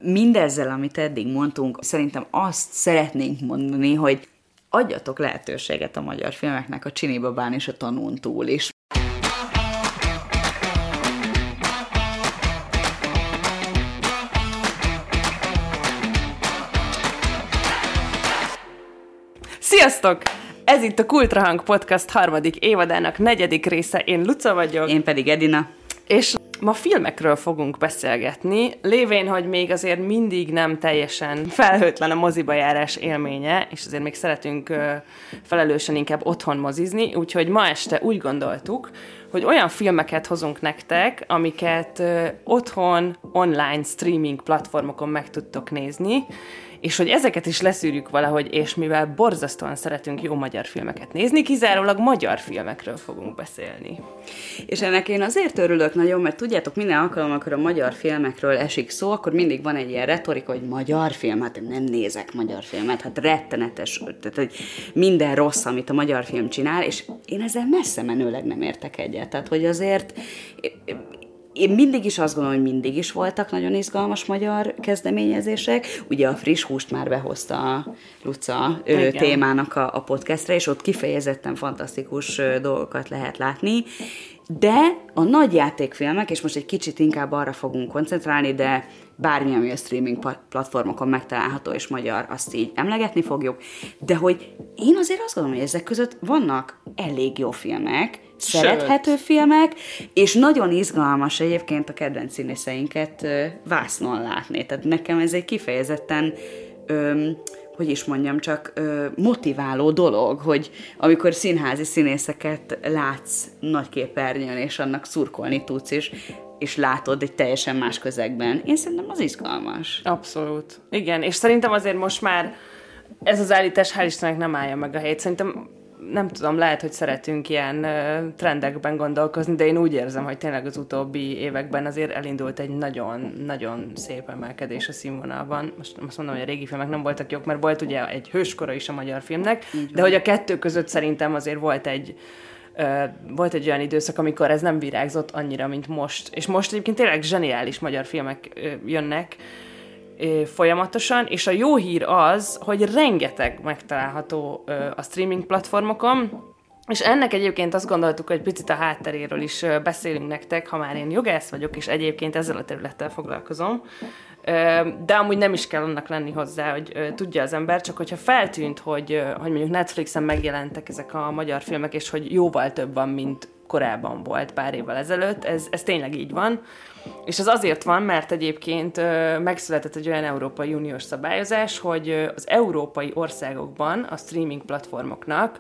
mindezzel, amit eddig mondtunk, szerintem azt szeretnénk mondani, hogy adjatok lehetőséget a magyar filmeknek a Csini babán és a Tanún túl is. Sziasztok! Ez itt a Kultrahang Podcast 3. évadának 4. része. Én Luca vagyok. Én pedig Edina. És ma filmekről fogunk beszélgetni, lévén, hogy még azért mindig nem teljesen felhőtlen a moziba járás élménye, és azért még szeretünk felelősen inkább otthon mozizni, úgyhogy ma este úgy gondoltuk, hogy olyan filmeket hozunk nektek, amiket otthon, online streaming platformokon meg tudtok nézni, és hogy ezeket is leszűrjük valahogy, és mivel borzasztóan szeretünk jó magyar filmeket nézni, kizárólag magyar filmekről fogunk beszélni. És ennek én azért örülök nagyon, mert tudjátok, minden alkalommal, amikor a magyar filmekről esik szó, akkor mindig van egy ilyen retorika, hogy magyar film, hát nem nézek magyar filmet, hát rettenetes, tehát hogy minden rossz, amit a magyar film csinál, és én ezzel messze menőleg nem értek egyet. Tehát, hogy azért én mindig is azt gondolom, hogy mindig is voltak nagyon izgalmas magyar kezdeményezések. Ugye a friss húst már behozta a Luca témának a podcastre, és ott kifejezetten fantasztikus dolgokat lehet látni. De a nagy játékfilmek, és most egy kicsit inkább arra fogunk koncentrálni, de bármi, ami a streaming platformokon megtalálható és magyar, azt így emlegetni fogjuk. De hogy én azért azt gondolom, hogy ezek között vannak elég jó filmek, szerethető filmek, és nagyon izgalmas egyébként a kedvenc színészeinket vásznon látni. Tehát nekem ez egy kifejezetten, hogy is mondjam, csak motiváló dolog, hogy amikor színházi színészeket látsz nagy képernyőn, és annak szurkolni tudsz, és látod egy teljesen más közegben. Én szerintem az izgalmas. Abszolút. Igen, és szerintem azért most már ez az állítás hál' Istennek nem állja meg a helyét. Szerintem nem tudom, lehet, hogy szeretünk ilyen trendekben gondolkozni, de én úgy érzem, hogy tényleg az utóbbi években azért elindult egy nagyon-nagyon szép emelkedés a színvonalban. Most azt mondom, hogy a régi filmek nem voltak jók, mert volt ugye egy hőskora is a magyar filmnek, de hogy a kettő között szerintem azért volt egy olyan időszak, amikor ez nem virágzott annyira, mint most. És most egyébként tényleg zseniális magyar filmek jönnek folyamatosan, és a jó hír az, hogy rengeteg megtalálható a streaming platformokon, és ennek egyébként azt gondoltuk, hogy picit a hátteréről is beszélünk nektek, ha már én jogász vagyok, és egyébként ezzel a területtel foglalkozom, de amúgy nem is kell annak lenni hozzá, hogy tudja az ember, csak hogyha feltűnt, hogy mondjuk Netflixen megjelentek ezek a magyar filmek, és hogy jóval több van, mint korábban volt pár évvel ezelőtt, ez tényleg így van. És ez azért van, mert egyébként megszületett egy olyan Európai Uniós szabályozás, hogy az európai országokban a streaming platformoknak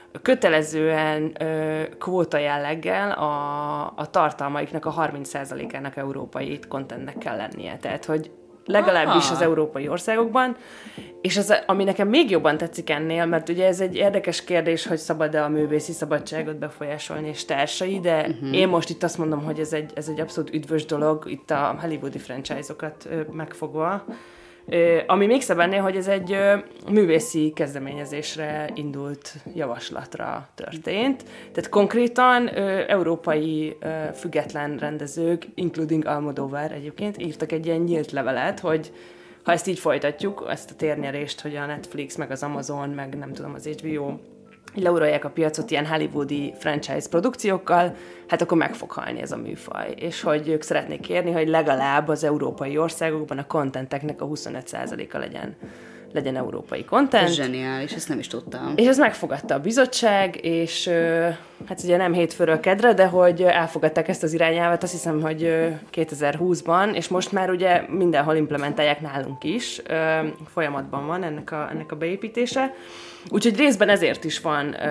kötelezően kvóta jelleggel a tartalmaiknak a 30%-ának európai contentnek kell lennie. Tehát, hogy legalábbis az európai országokban, és az, ami nekem még jobban tetszik ennél, mert ugye ez egy érdekes kérdés, hogy szabad-e a művészi szabadságot befolyásolni és társai, de én most itt azt mondom, hogy ez egy abszolút üdvös dolog, itt a hollywoodi franchise-okat megfogva. Ami még szebb ennél, hogy ez egy művészi kezdeményezésre indult javaslatra történt. Tehát konkrétan európai független rendezők, including Almodóvar egyébként, írtak egy ilyen nyílt levelet, hogy ha ezt így folytatjuk, ezt a térnyerést, hogy a Netflix, meg az Amazon, meg nem tudom, az HBO leuralják a piacot ilyen hollywoodi franchise produkciókkal, hát akkor meg fog halni ez a műfaj. És hogy ők szeretnék kérni, hogy legalább az európai országokban a contenteknek a 25%-a legyen európai content. Ez zseniális, ezt nem is tudtam. És ezt megfogadta a bizottság, és hát ugye nem hétfőről kedre, de hogy elfogadták ezt az irányelvet, azt hiszem, hogy 2020-ban, és most már ugye mindenhol implementálják nálunk is, folyamatban van ennek a beépítése. Úgyhogy részben ezért is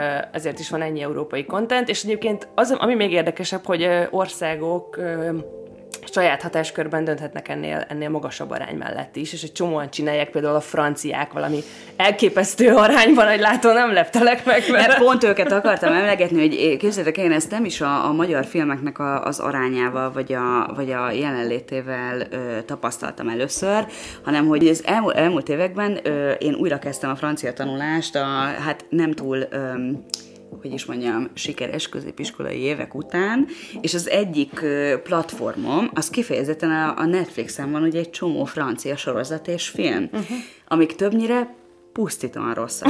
van ennyi európai content, és egyébként az, ami még érdekesebb, hogy országok saját hatáskörben dönthetnek ennél magasabb arány mellett is, és egy csomóan csinálják, például a franciák valami elképesztő arányban, hogy látó nem leptelek meg. Mert pont őket akartam emlegetni, hogy képzeljétek, én ezt nem is a magyar filmeknek az arányával, vagy a jelenlétével tapasztaltam először, hanem hogy az elmúlt években én újra kezdtem a francia tanulást, hát nem túl hogy is mondjam, sikeres középiskolai évek után, és az egyik platformom, az kifejezetten a Netflixen van ugye egy csomó francia sorozat és film, amik többnyire pusztítóan rosszak.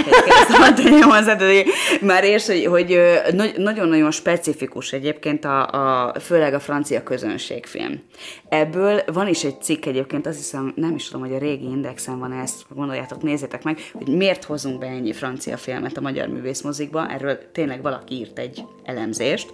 Már érsz, hogy nagyon-nagyon specifikus egyébként főleg a francia közönségfilm. Ebből van is egy cikk egyébként, azt hiszem, nem is tudom, hogy a régi Indexen van ezt, gondoljátok, nézzétek meg, hogy miért hozunk be ennyi francia filmet a magyar művészmozikba, erről tényleg valaki írt egy elemzést.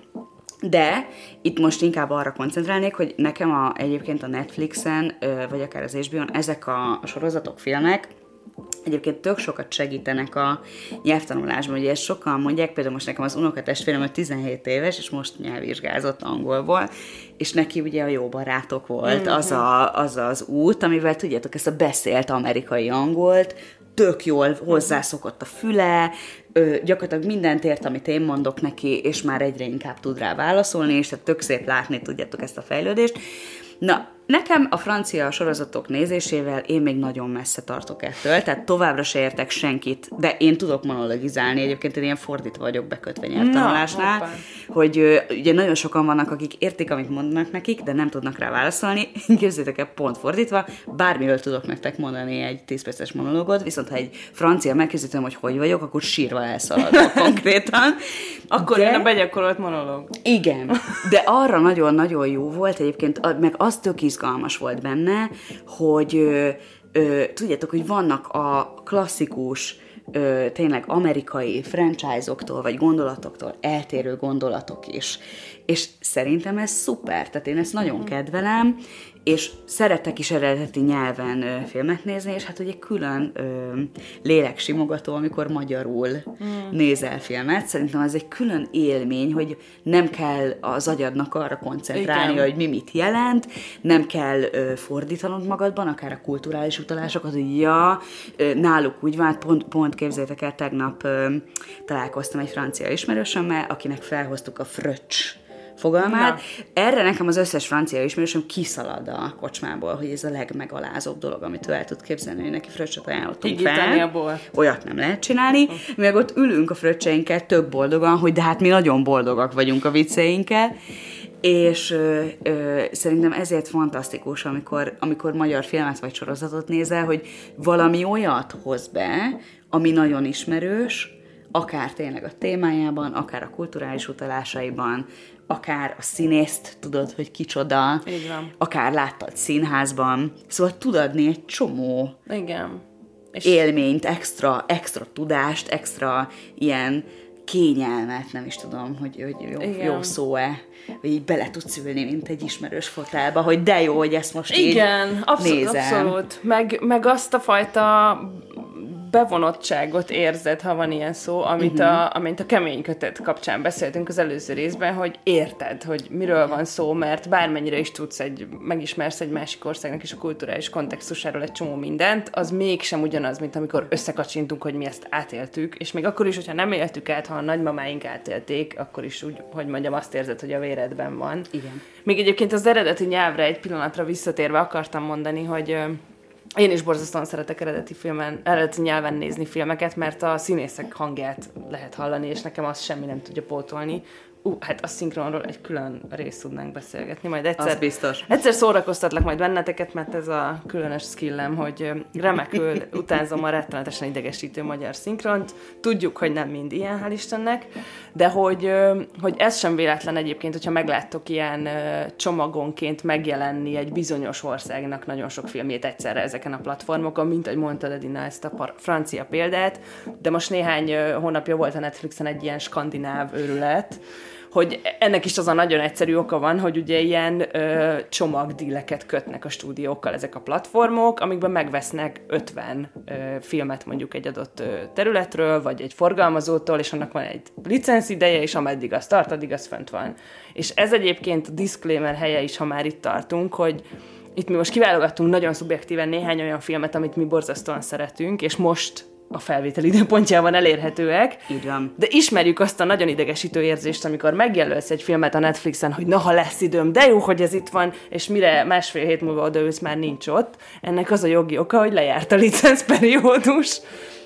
De itt most inkább arra koncentrálnék, hogy nekem egyébként a Netflixen, vagy akár az HBO-n ezek a sorozatok, filmek egyébként tök sokat segítenek a nyelvtanulásban. Ugye ezt sokan mondják, például most nekem az unokatestvérem 17 éves, és most nyelvvizsgázott angolból, és neki ugye a Jó barátok volt az az út, amivel tudjátok ezt a beszélt amerikai angolt, tök jól hozzászokott a füle, gyakorlatilag mindent ért, amit én mondok neki, és már egyre inkább tud rá válaszolni, és tehát tök szép látni, tudjátok, ezt a fejlődést. Na, nekem a francia sorozatok nézésével én még nagyon messze tartok ettől, tehát továbbra se értek senkit, de én tudok monologizálni, egyébként én ilyen fordítva vagyok bekötve nyelvtanulásnál, hogy ugye nagyon sokan vannak, akik értik, amit mondanak nekik, de nem tudnak rá válaszolni. Képzeljétek el, pont fordítva, bármiről tudok nektek mondani egy 10 perces monológot, viszont ha egy francia megkérdezem, hogy vagyok, akkor sírva elszaladok konkrétan. Akkor jön a begyakorolt monológ. Igen, de arra nagyon-nagyon jó volt egyébként, meg az tök izgalmas volt benne, hogy tudjátok, hogy vannak a klasszikus, tényleg amerikai franchise-októl vagy gondolatoktól eltérő gondolatok is. És szerintem ez szuper, tehát én ezt nagyon kedvelem, és szeretek is eredeti nyelven filmet nézni, és hát ugye külön léleksimogató, amikor magyarul nézel filmet. Szerintem ez egy külön élmény, hogy nem kell az agyadnak arra koncentrálni, hogy mi mit jelent, nem kell fordítanod magadban, akár a kulturális utalásokat, hogy náluk úgy van, pont képzeljétek el, tegnap találkoztam egy francia ismerősömmel, akinek felhoztuk a fröccs fogalmát. Na. Erre nekem az összes francia ismerősöm kiszalad a kocsmából, hogy ez a legmegalázóbb dolog, amit ő el tud képzelni, hogy neki fröccsöt ajánlottunk fel. Olyat nem lehet csinálni. Meg ott ülünk a fröccseinkkel tök boldogan, hogy de hát mi nagyon boldogak vagyunk a vicceinkkel. És szerintem ezért fantasztikus, amikor magyar filmet vagy sorozatot nézel, hogy valami olyat hoz be, ami nagyon ismerős, akár tényleg a témájában, akár a kulturális utalásaiban, akár a színészt tudod, hogy kicsoda, akár láttad színházban, szóval tud adni egy csomó élményt, extra tudást, extra ilyen kényelmet, nem is tudom, hogy jó szó-e, hogy így bele tudsz ülni, mint egy ismerős fotelba, hogy de jó, hogy ezt most így nézem. Abszolút. Meg azt a fajta bevonottságot érzed, ha van ilyen szó, amit a kemény kötet kapcsán beszéltünk az előző részben, hogy érted, hogy miről van szó, mert bármennyire is megismersz egy másik országnak is a kulturális kontextusáról egy csomó mindent, az mégsem ugyanaz, mint amikor összekacsintunk, hogy mi ezt átéltük, és még akkor is, hogyha nem éltük át, ha a nagymamáink átélték, akkor is úgy, hogy mondjam, azt érzed, hogy a véredben van. Igen. Még egyébként az eredeti nyelvre egy pillanatra visszatérve akartam mondani, hogy én is borzasztóan szeretek eredeti nyelven nézni filmeket, mert a színészek hangját lehet hallani, és nekem azt semmi nem tudja pótolni. Hát a szinkronról egy külön részt tudnánk beszélgetni, majd egyszer. Az biztos. Egyszer szórakoztatlak majd benneteket, mert ez a különös skillem, hogy remekül utánzom a rettenetesen idegesítő magyar szinkront. Tudjuk, hogy nem mind ilyen, hál' Istennek, de hogy ez sem véletlen egyébként, hogyha megláttok ilyen csomagonként megjelenni egy bizonyos országnak nagyon sok filmjét egyszerre ezeken a platformokon, mint ahogy mondtad, Edina, ezt a francia példát, de most néhány hónapja volt a Netflixen egy ilyen skandináv őrület, hogy ennek is az a nagyon egyszerű oka van, hogy ugye ilyen csomagdíleket kötnek a stúdiókkal ezek a platformok, amikben megvesznek 50 filmet mondjuk egy adott területről, vagy egy forgalmazótól, és annak van egy licensz ideje, és ameddig az tart, addig az fönt van. És ez egyébként a disclaimer helye is, ha már itt tartunk, hogy itt mi most kiválogattunk nagyon szubjektíven néhány olyan filmet, amit mi borzasztóan szeretünk, és most a felvétel időpontjában elérhetőek. Így van. De ismerjük azt a nagyon idegesítő érzést, amikor megjelölsz egy filmet a Netflixen, hogy ha lesz időm, de jó, hogy ez itt van, és mire másfél hét múlva odaülsz, már nincs ott. Ennek az a jogi oka, hogy lejárt a licenszperiódus.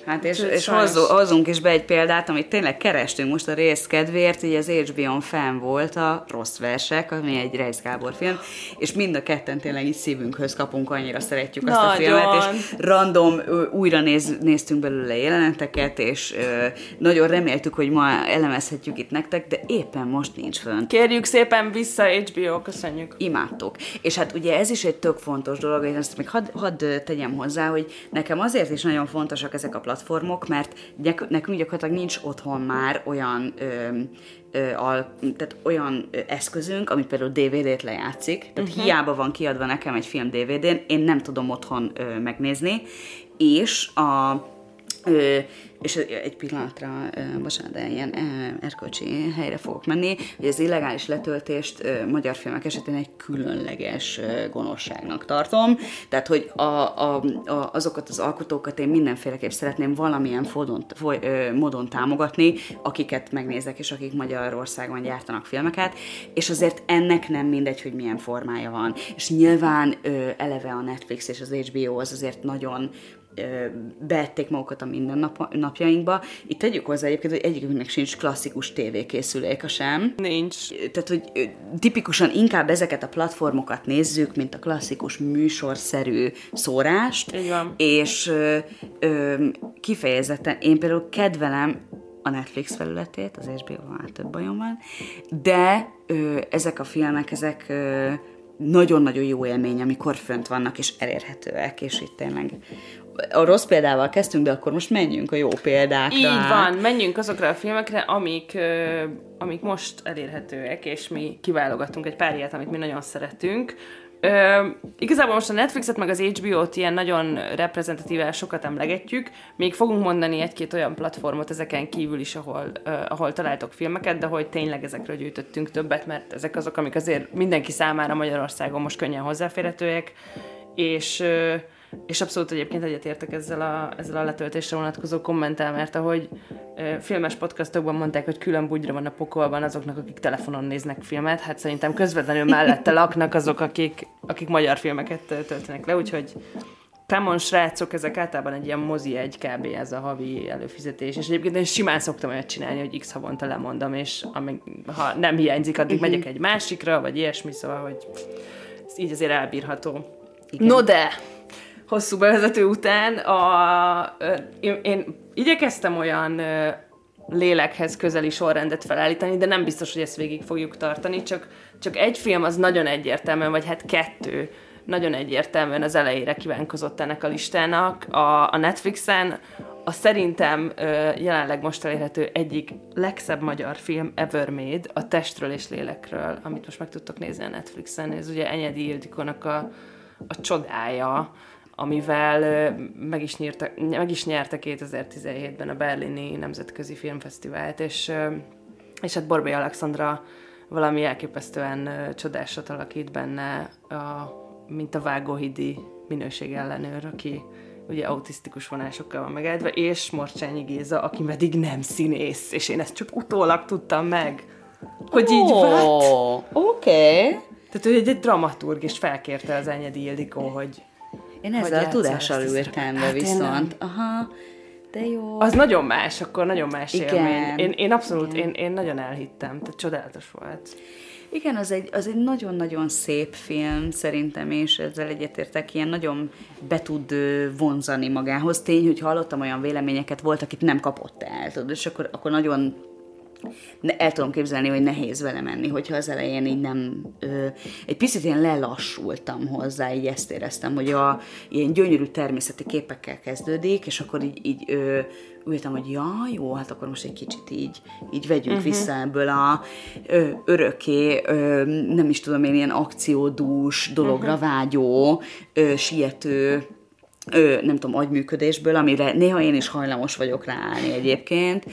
Hát és hozzunk is be egy példát, amit tényleg kerestünk most a rész kedvéért, így az HBO-n fenn volt a Rossz versek, ami egy Reisz Gábor film, és mind a ketten tényleg így szívünkhöz kapunk, annyira szeretjük azt a filmet, és random újra néztünk belőle jeleneteket, és nagyon reméltük, hogy ma elemezhetjük itt nektek, de éppen most nincs fönn. Kérjük szépen vissza, HBO, köszönjük. Imádtuk. És hát ugye ez is egy tök fontos dolog, és ezt még hadd tegyem hozzá, hogy nekem azért is nagyon fontosak ezek a platformok, mert nekünk gyakorlatilag nincs otthon már olyan tehát olyan eszközünk, ami például DVD-t lejátszik, tehát hiába van kiadva nekem egy film DVD-n, én nem tudom otthon megnézni, és és egy pillanatra, bocsánat, de ilyen erkölcsi helyre fogok menni, hogy az illegális letöltést magyar filmek esetén egy különleges gonoszságnak tartom. Tehát, hogy azokat az alkotókat én mindenféleképp szeretném valamilyen módon támogatni, akiket megnézek, és akik Magyarországon gyártanak filmeket, és azért ennek nem mindegy, hogy milyen formája van. És nyilván eleve a Netflix és az HBO az azért nagyon beették magukat a mindennapjainkba. Itt tegyük hozzá egyébként, hogy egyikünknek sincs klasszikus tévékészüléka sem. Nincs. Tehát, hogy tipikusan inkább ezeket a platformokat nézzük, mint a klasszikus műsorszerű szórást. Így van. És kifejezetten én például kedvelem a Netflix felületét, az HBO-val már több bajom van, de ezek a filmek, ezek nagyon-nagyon jó élmény, amikor fönt vannak és elérhetőek, és itt tényleg a rossz példával kezdtünk, de akkor most menjünk a jó példákra. Így van, menjünk azokra a filmekre, amik most elérhetőek, és mi kiválogattunk egy pár ilyet, amit mi nagyon szeretünk. Igazából most a Netflixet meg az HBO-t ilyen nagyon reprezentatíven sokat emlegetjük, még fogunk mondani egy-két olyan platformot ezeken kívül is, ahol találtok filmeket, de hogy tényleg ezekről gyűjtöttünk többet, mert ezek azok, amik azért mindenki számára Magyarországon most könnyen hozzáférhetőek, és abszolút egyébként egyetértek ezzel a letöltésre vonatkozó kommenttel, mert ahogy filmes podcastokban mondták, hogy külön bugyra van a pokolban azoknak, akik telefonon néznek filmet, hát szerintem közvetlenül mellette laknak azok, akik magyar filmeket töltenek le, úgyhogy come on, srácok, ezek általában egy ilyen mozi egy kb. Ez a havi előfizetés, és egyébként én simán szoktam olyat csinálni, hogy x havonta lemondom, és ha nem hiányzik, addig megyek egy másikra, vagy ilyesmi, szóval, hogy ez így azért elbírható. Igen. No de, hosszú bevezető után én igyekeztem olyan lélekhez közeli sorrendet felállítani, de nem biztos, hogy ezt végig fogjuk tartani, csak egy film az nagyon egyértelműen, vagy hát kettő nagyon egyértelműen az elejére kívánkozott ennek a listának. A Netflixen a szerintem jelenleg most elérhető egyik legszebb magyar film ever made, a Testről és lélekről, amit most meg tudtok nézni a Netflixen. Ez ugye Enyedi Ildikónak a csodája, amivel meg is nyerte 2017-ben a Berlini Nemzetközi Filmfesztivált, és hát Borbély Alexandra valami elképesztően csodásat alakít benne, mint a vágóhidi minőségellenőr, aki ugye autisztikus vonásokkal van megáldva, és Morcsányi Géza, aki pedig nem színész, és én ezt csak utólag tudtam meg, hogy így what? Oké. Tehát ő egy dramaturg, és felkérte az Enyedi Ildikó, hogy én ezzel a tudással ültem be viszont. Aha, de jó. Az nagyon más, akkor nagyon más élmény. Én abszolút, én nagyon elhittem, tehát csodálatos volt. Igen, az egy nagyon-nagyon szép film szerintem, és ezzel egyetértek, ilyen nagyon be tud vonzani magához. Tény, hogy hallottam olyan véleményeket, volt, akit nem kapott el, tudod, és akkor nagyon el tudom képzelni, hogy nehéz vele menni, hogyha az elején így nem... egy picit ilyen lelassultam hozzá, így ezt éreztem, hogy ilyen gyönyörű természeti képekkel kezdődik, és akkor így ültem, hogy jó, hát akkor most egy kicsit így vegyünk vissza ebből a örökké, nem is tudom én, ilyen akciódús, dologra vágyó, siető, nem tudom, agyműködésből, amire néha én is hajlamos vagyok ráállni egyébként,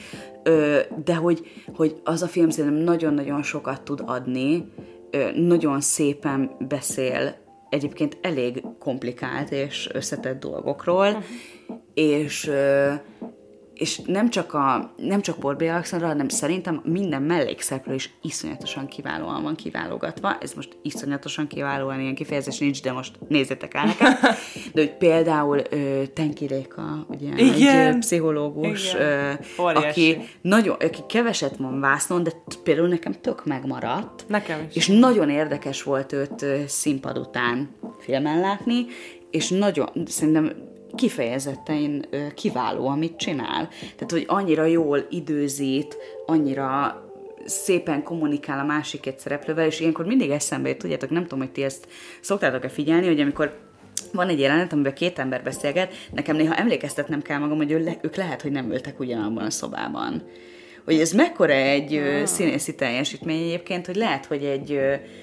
de hogy az a film szerintem nagyon-nagyon sokat tud adni, nagyon szépen beszél egyébként elég komplikált és összetett dolgokról, és és nem csak Borbély Alexandra, hanem szerintem minden mellékszereplő is iszonyatosan kiválóan van kiválogatva. Ez most iszonyatosan kiválóan ilyen kifejezés nincs, de most nézzétek el nekem. De hogy például Tenki Réka, ugye, egy pszichológus, aki keveset van vásznon, de például nekem tök megmaradt. Nekem is. És nagyon érdekes volt őt színpad után filmen látni, és nagyon, szerintem kifejezetten kiváló, amit csinál. Tehát, hogy annyira jól időzít, annyira szépen kommunikál a másik két szereplővel, és ilyenkor mindig eszembe jut, tudjátok, nem tudom, hogy ti ezt szoktátok-e figyelni, hogy amikor van egy jelenet, amiben két ember beszélget, nekem néha emlékeztetnem kell magam, hogy ők lehet, hogy nem ültek ugyanabban a szobában. Hogy ez mekkora egy színészi teljesítmény egyébként, hogy lehet, hogy egy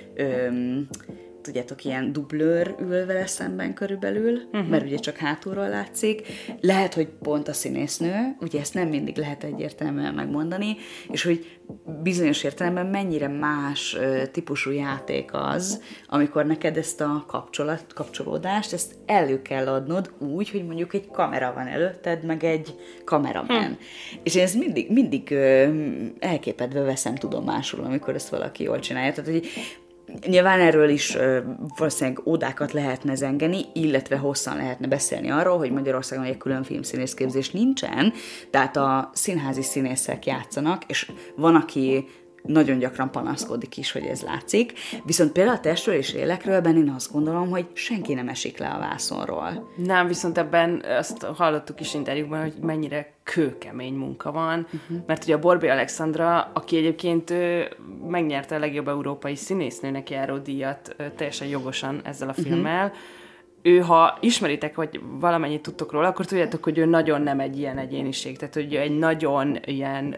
tudjátok, ilyen dublőr ül vele szemben körülbelül, mert ugye csak hátulról látszik. Lehet, hogy pont a színésznő, ugye ezt nem mindig lehet egyértelműen megmondani, és hogy bizonyos értelemben mennyire más típusú játék az, amikor neked ezt a kapcsolódást, ezt elő kell adnod úgy, hogy mondjuk egy kamera van előtted, meg egy kameraman. És én ezt mindig elképedve veszem tudomásul, amikor ezt valaki jól csinálja. Tehát, hogy nyilván erről is valószínűleg ódákat lehetne zengeni, illetve hosszan lehetne beszélni arról, hogy Magyarországon egy külön filmszínészképzés nincsen, tehát a színházi színészek játszanak, és van, aki nagyon gyakran panaszkodik is, hogy ez látszik, viszont például a Testről és lélekről én azt gondolom, hogy senki nem esik le a vászonról. Nem, viszont ebben azt hallottuk is interjúkban, hogy mennyire kőkemény munka van, mert ugye a Borbély Alexandra, aki egyébként megnyerte a legjobb európai színésznőnek járó díjat teljesen jogosan ezzel a filmmel, ő, ha ismeritek, vagy valamennyit tudtok róla, akkor tudjátok, hogy ő nagyon nem egy ilyen egyéniség, tehát hogy egy nagyon ilyen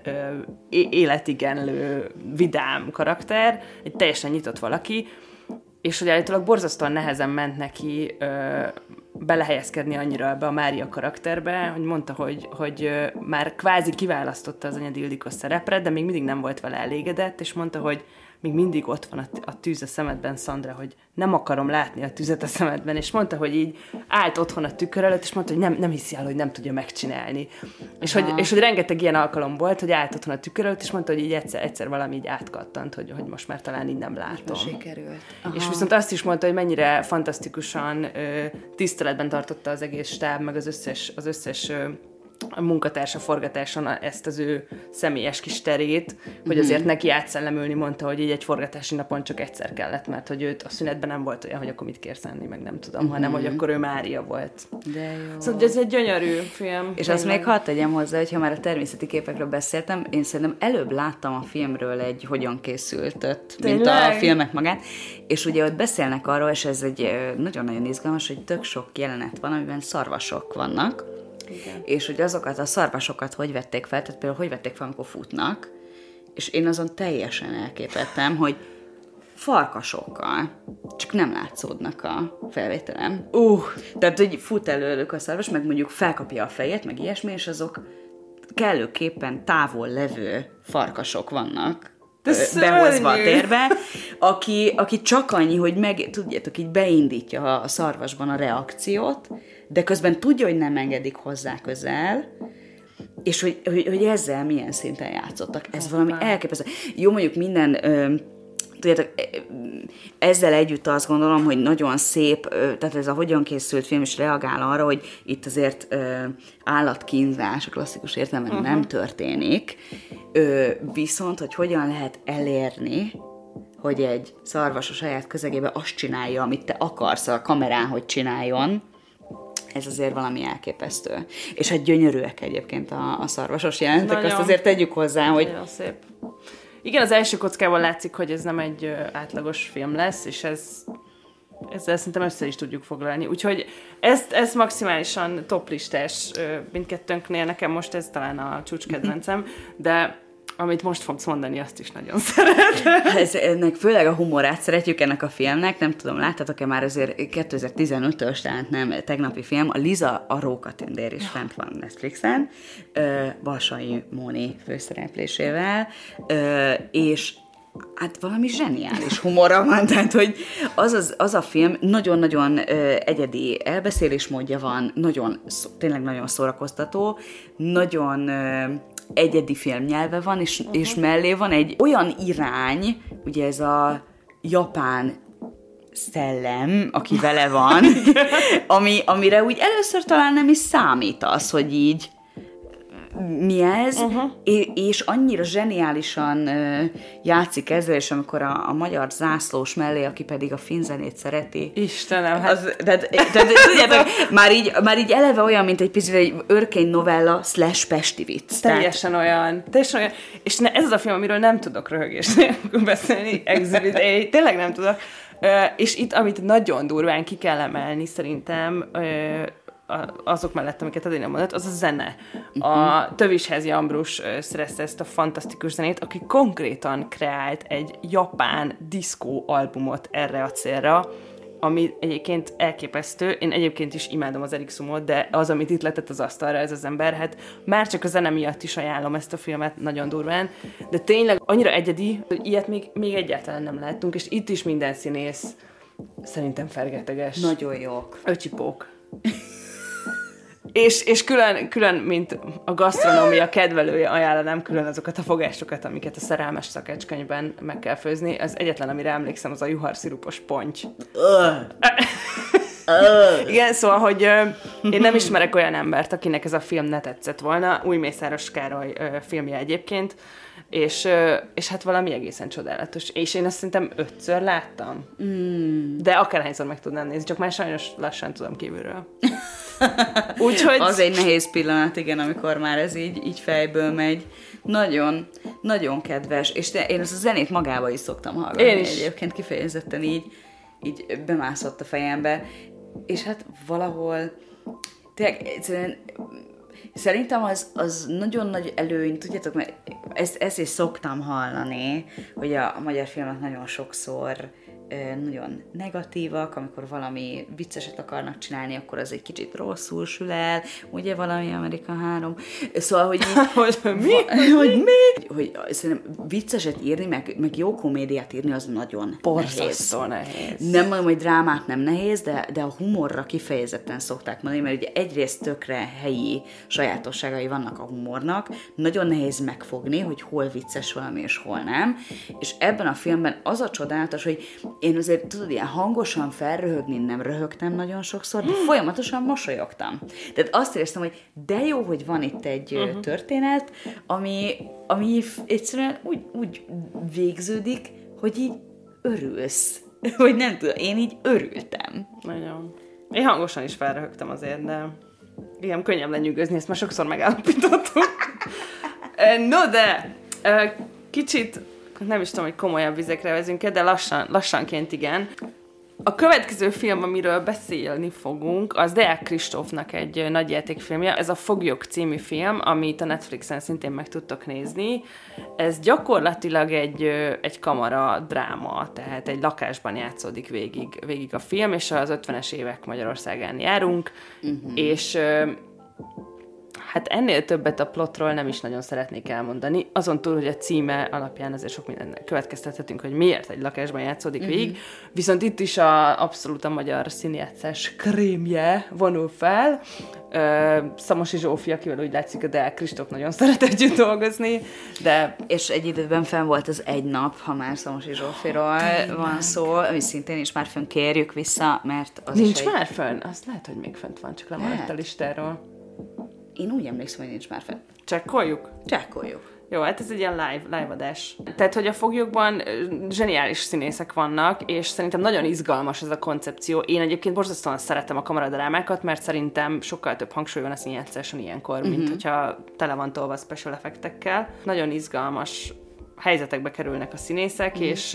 életigenlő, vidám karakter, egy teljesen nyitott valaki, és hogy állítólag borzasztóan nehezen ment neki belehelyezkedni annyira ebbe a Mária karakterbe, hogy mondta, hogy már kvázi kiválasztotta az Anyad Ildikó szerepre, de még mindig nem volt vele elégedett, és mondta, hogy még mindig ott van a tűz a szemedben, Szandra, hogy nem akarom látni a tüzet a szemedben, és mondta, hogy így állt otthon a tükör előtt, és mondta, hogy nem hiszi el, hogy nem tudja megcsinálni. És hogy rengeteg ilyen alkalom volt, hogy állt otthon a tükör előtt, és mondta, hogy így egyszer valami így átkattant, hogy most már talán így nem látom. Sikerült. És viszont azt is mondta, hogy mennyire fantasztikusan tiszteletben tartotta az egész stáb, meg az összes a munkatársa forgatáson ezt az ő személyes kis terét, hogy azért neki átszellemülni, mondta, hogy így egy forgatási napon csak egyszer kellett, mert hogy őt a szünetben nem volt olyan, hogy akkor mit kérsz enni, meg nem tudom, hanem hogy akkor ő Mária volt. De jó. Szóval ez egy gyönyörű film. És azt még hadd tegyem hozzá, hogy ha már a természeti képekről beszéltem, én szerintem előbb láttam a filmről egy hogyan készültöt, mint a filmek magát, és ugye ott beszélnek arról, és ez egy nagyon-nagyon izgalmas, hogy tök sok jelenet van, amiben szarvasok vannak. Igen. És hogy azokat a szarvasokat hogy vették fel, tehát például hogy vették fel, amikor futnak, és én azon teljesen elképettem, hogy farkasokkal, csak nem látszódnak a felvételem. Tehát, hogy fut előlük a szarvas, meg mondjuk felkapja a fejét, meg ilyesmi, és azok kellőképpen távol levő farkasok vannak behozva a térbe, aki csak annyi, hogy tudjátok, így beindítja a szarvasban a reakciót, de közben tudja, hogy nem engedik hozzá közel, és hogy ezzel milyen szinten játszottak. Ez valami elképesztő. Jó, mondjuk minden, tudjátok, ezzel együtt azt gondolom, hogy nagyon szép, tehát ez a hogyan készült film is reagál arra, hogy itt azért állatkínzás a klasszikus értelemben nem történik, viszont, hogy hogyan lehet elérni, hogy egy szarvas a saját közegében azt csinálja, amit te akarsz a kamerán, hogy csináljon, ez azért valami elképesztő. És hát gyönyörűek egyébként a szarvasos jelentek, nagyon, azt azért tegyük hozzá, hogy... Nagyon szép. Igen, az első kockában látszik, hogy ez nem egy átlagos film lesz, és ezzel szerintem össze is tudjuk foglalni. Úgyhogy ezt maximálisan toplistás mindkettőnknél, nekem most ez talán a csúcskedvencem, de amit most fogsz mondani, azt is nagyon szeretem. Ennek főleg a humorát szeretjük ennek a filmnek, nem tudom, láttatok-e már azért 2015-ös, tehát nem tegnapi film, a Liza a Rókatündér is fent van Netflixen, Balsai Móni főszereplésével, és Hát valami zseniális humora van, tehát hogy az a film nagyon-nagyon egyedi elbeszélésmódja van, tényleg nagyon szórakoztató, nagyon egyedi filmnyelve van, és mellé van egy olyan irány, ugye ez a japán szellem, aki vele van, amire úgy először talán nem is számítasz, hogy így mi ez, és annyira zseniálisan játszik ezzel, és amikor a magyar zászlós mellé, aki pedig a finzenét szereti. Istenem, hát... Tehát tudjátok, már így eleve olyan, mint egy picit egy örkény novella / pesti vicc. Teljesen olyan. És ez az a film, amiről nem tudok röhögés nélkül beszélni, Exhibit A, tényleg nem tudok. És itt, amit nagyon durván ki kell emelni, szerintem, azok mellett, amiket Adina mondott, az a zene. A Tövisházi Ambrus szerezte ezt a fantasztikus zenét, aki konkrétan kreált egy japán diszkó albumot erre a célra, ami egyébként elképesztő. Én egyébként is imádom az Erik Sumót, de az, amit itt letett az asztalra ez az ember, hát már csak a zene miatt is ajánlom ezt a filmet nagyon durván, de tényleg annyira egyedi, hogy ilyet még egyáltalán nem láttunk, és itt is minden színész szerintem fergeteges. Nagyon jók. Öcsipók. És külön, mint a gasztronómia kedvelője ajánlanám külön azokat a fogásokat, amiket a Szerelmes szakácskönyvben meg kell főzni. Az egyetlen, amire emlékszem, az a juharszirupos ponty. Igen, szóval, hogy én nem ismerek olyan embert, akinek ez a film ne tetszett volna. Új Mészáros Károly filmje egyébként, és hát valami egészen csodálatos. És én azt szerintem 5-ször láttam. De akárhányszor meg tudnám nézni, csak már sajnos lassan tudom kívülről. Úgyhogy... Az egy nehéz pillanat, igen, amikor már ez így fejből megy. Nagyon, nagyon kedves. És én ezt a zenét magába is szoktam hallgatni. Én is. Egyébként kifejezetten így bemászott a fejembe. És hát valahol tényleg egyszerűen szerintem az nagyon nagy előny, tudjátok, mert ezt is szoktam hallani, hogy a magyar filmek nagyon sokszor nagyon negatívak, amikor valami vicceset akarnak csinálni, akkor az egy kicsit rosszul sül el, ugye valami Amerika 3. Szóval, hogy hogy szerintem vicceset írni, meg jó komédiát írni, az nagyon borzasztó nehéz. Nem mondom, hogy drámát nem nehéz, de a humorra kifejezetten szokták mondani, mert ugye egyrészt tökre helyi sajátosságai vannak a humornak, nagyon nehéz megfogni, hogy hol vicces valami és hol nem, és ebben a filmben az a csodálatos, hogy én azért, tudod, ilyen hangosan felröhögni nem röhögtem nagyon sokszor, de folyamatosan mosolyogtam. Tehát azt éreztem, hogy de jó, hogy van itt egy történet, ami egyszerűen úgy végződik, hogy így örülsz. Hogy nem tudom, én így örültem. Nagyon. Én hangosan is felröhögtem azért, de igen, könnyebb lenyűgözni, ezt már sokszor megállapítottuk. No, de kicsit nem is tudom, hogy komolyabb vizekre vezünk, de lassanként igen. A következő film, amiről beszélni fogunk, az Deák Kristófnak egy nagyjátékfilmje. Ez a Foglyok című film, amit a Netflixen szintén meg tudtok nézni. Ez gyakorlatilag egy kamara dráma, tehát egy lakásban játszódik végig a film, és az 50-es évek Magyarországán járunk, és hát ennél többet a plotról nem is nagyon szeretnék elmondani, azon túl, hogy a címe alapján azért sok minden következtethetünk, hogy miért egy lakásban játszódik végig, viszont itt is abszolút a magyar színjátszás krémje vonul fel. Szamosi Zsófi, akivel úgy látszik, a Deák Kristóf nagyon szeret együtt dolgozni, de... És egy időben fenn volt az Egy nap, ha már Szamosi Zsófiról van szó, ami szintén is már fönn kérjük vissza, mert az nincs már fönn? Azt lehet, hogy még fönt van, csak lemaradt a listáról. Én úgy emlékszem, hogy nincs már fenn. Csekkoljuk? Csekkoljuk. Jó, hát ez egy ilyen live adás. Tehát, hogy a Foglyokban zseniális színészek vannak, és szerintem nagyon izgalmas ez a koncepció. Én egyébként borzasztóan szeretem a kamaradrámákat, mert szerintem sokkal több hangsúly van a színjátszáson ilyenkor, mint hogyha tele van tolva special effektekkel. Nagyon izgalmas helyzetekbe kerülnek a színészek, és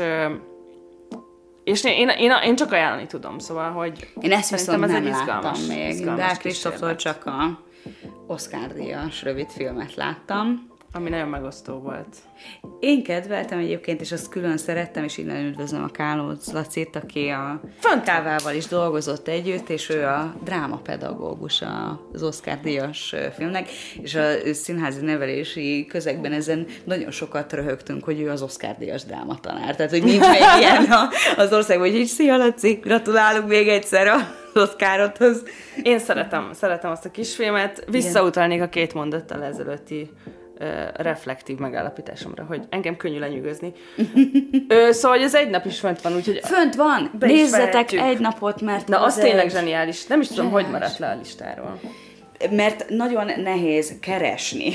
én csak ajánlani tudom, szóval, hogy én ezt viszont ez nem egy láttam még. Deák Kristóftól kísérlet. csak a Oscar-díjas rövid filmet láttam. ami nagyon megosztó volt. Én kedveltem egyébként, és azt külön szerettem, és innen üdvözlöm a Kálóz Lacit, aki a Kávával is dolgozott együtt, és ő a drámapedagógus az Oscar-díjas filmnek, és a színházi nevelési közegben ezen nagyon sokat röhögtünk, hogy ő az Oscar-díjas drámatanár. Tehát, hogy nincs még ilyen az országban, hogy így szia Laci, gratulálunk még egyszer az Oscarothoz. Én szeretem azt a kisfilmet, visszautalnék a 2 mondattal ezelőtti reflektív megállapításomra, hogy engem könnyű lenyűgözni. Szóval, hogy ez egy nap is fönt van, úgyhogy... Fönt van! Nézzetek egy napot, mert... Na, az tényleg zseniális. Nem is tudom, hogy maradt le a listáról. Mert nagyon nehéz keresni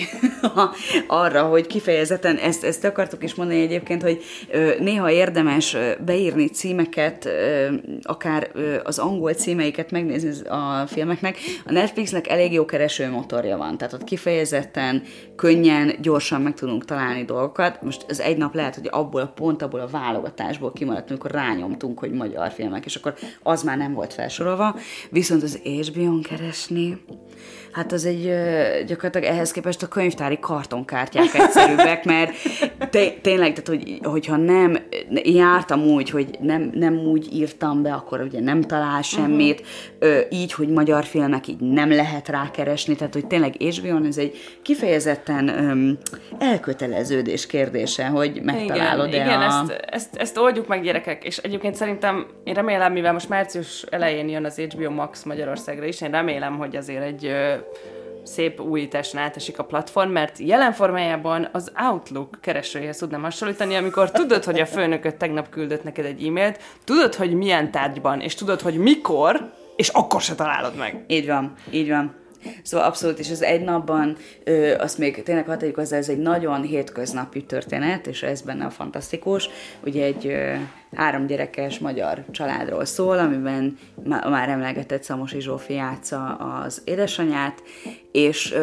arra, hogy kifejezetten, ezt akartuk is mondani egyébként, hogy néha érdemes beírni címeket, akár az angol címeiket megnézni a filmeknek. A Netflixnek elég jó keresőmotorja van, tehát ott kifejezetten, könnyen, gyorsan meg tudunk találni dolgokat. Most az egy nap lehet, hogy abból a válogatásból kimaradt, amikor rányomtunk, hogy magyar filmek, és akkor az már nem volt felsorolva, viszont az HBO-n keresni, hát az egy gyakorlatilag ehhez képest a könyvtári kartonkártyák egyszerűbbek, mert tényleg, tehát hogyha nem jártam úgy, hogy nem úgy írtam be, akkor ugye nem talál semmit, így, hogy magyar filmek így nem lehet rákeresni, tehát hogy tényleg HBO-n ez egy kifejezetten elköteleződés kérdése, hogy megtalálod-e Igen, ezt oldjuk meg, gyerekek, és egyébként szerintem, én remélem, mivel most március elején jön az HBO Max Magyarországra is, én remélem, hogy azért egy szép újításon átesik a platform, mert jelen formájában az Outlook keresőjéhez tudnám hasonlítani, amikor tudod, hogy a főnököd tegnap küldött neked egy e-mailt, tudod, hogy milyen tárgyban, és tudod, hogy mikor, és akkor se találod meg. Így van. Szóval abszolút, és az egy napban azt még tényleg határjuk hozzá, ez egy nagyon hétköznapi történet, és ez benne a fantasztikus. Ugye egy 3 gyerekes magyar családról szól, amiben már emlegetett Szamosi Zsófi játsza az édesanyát, és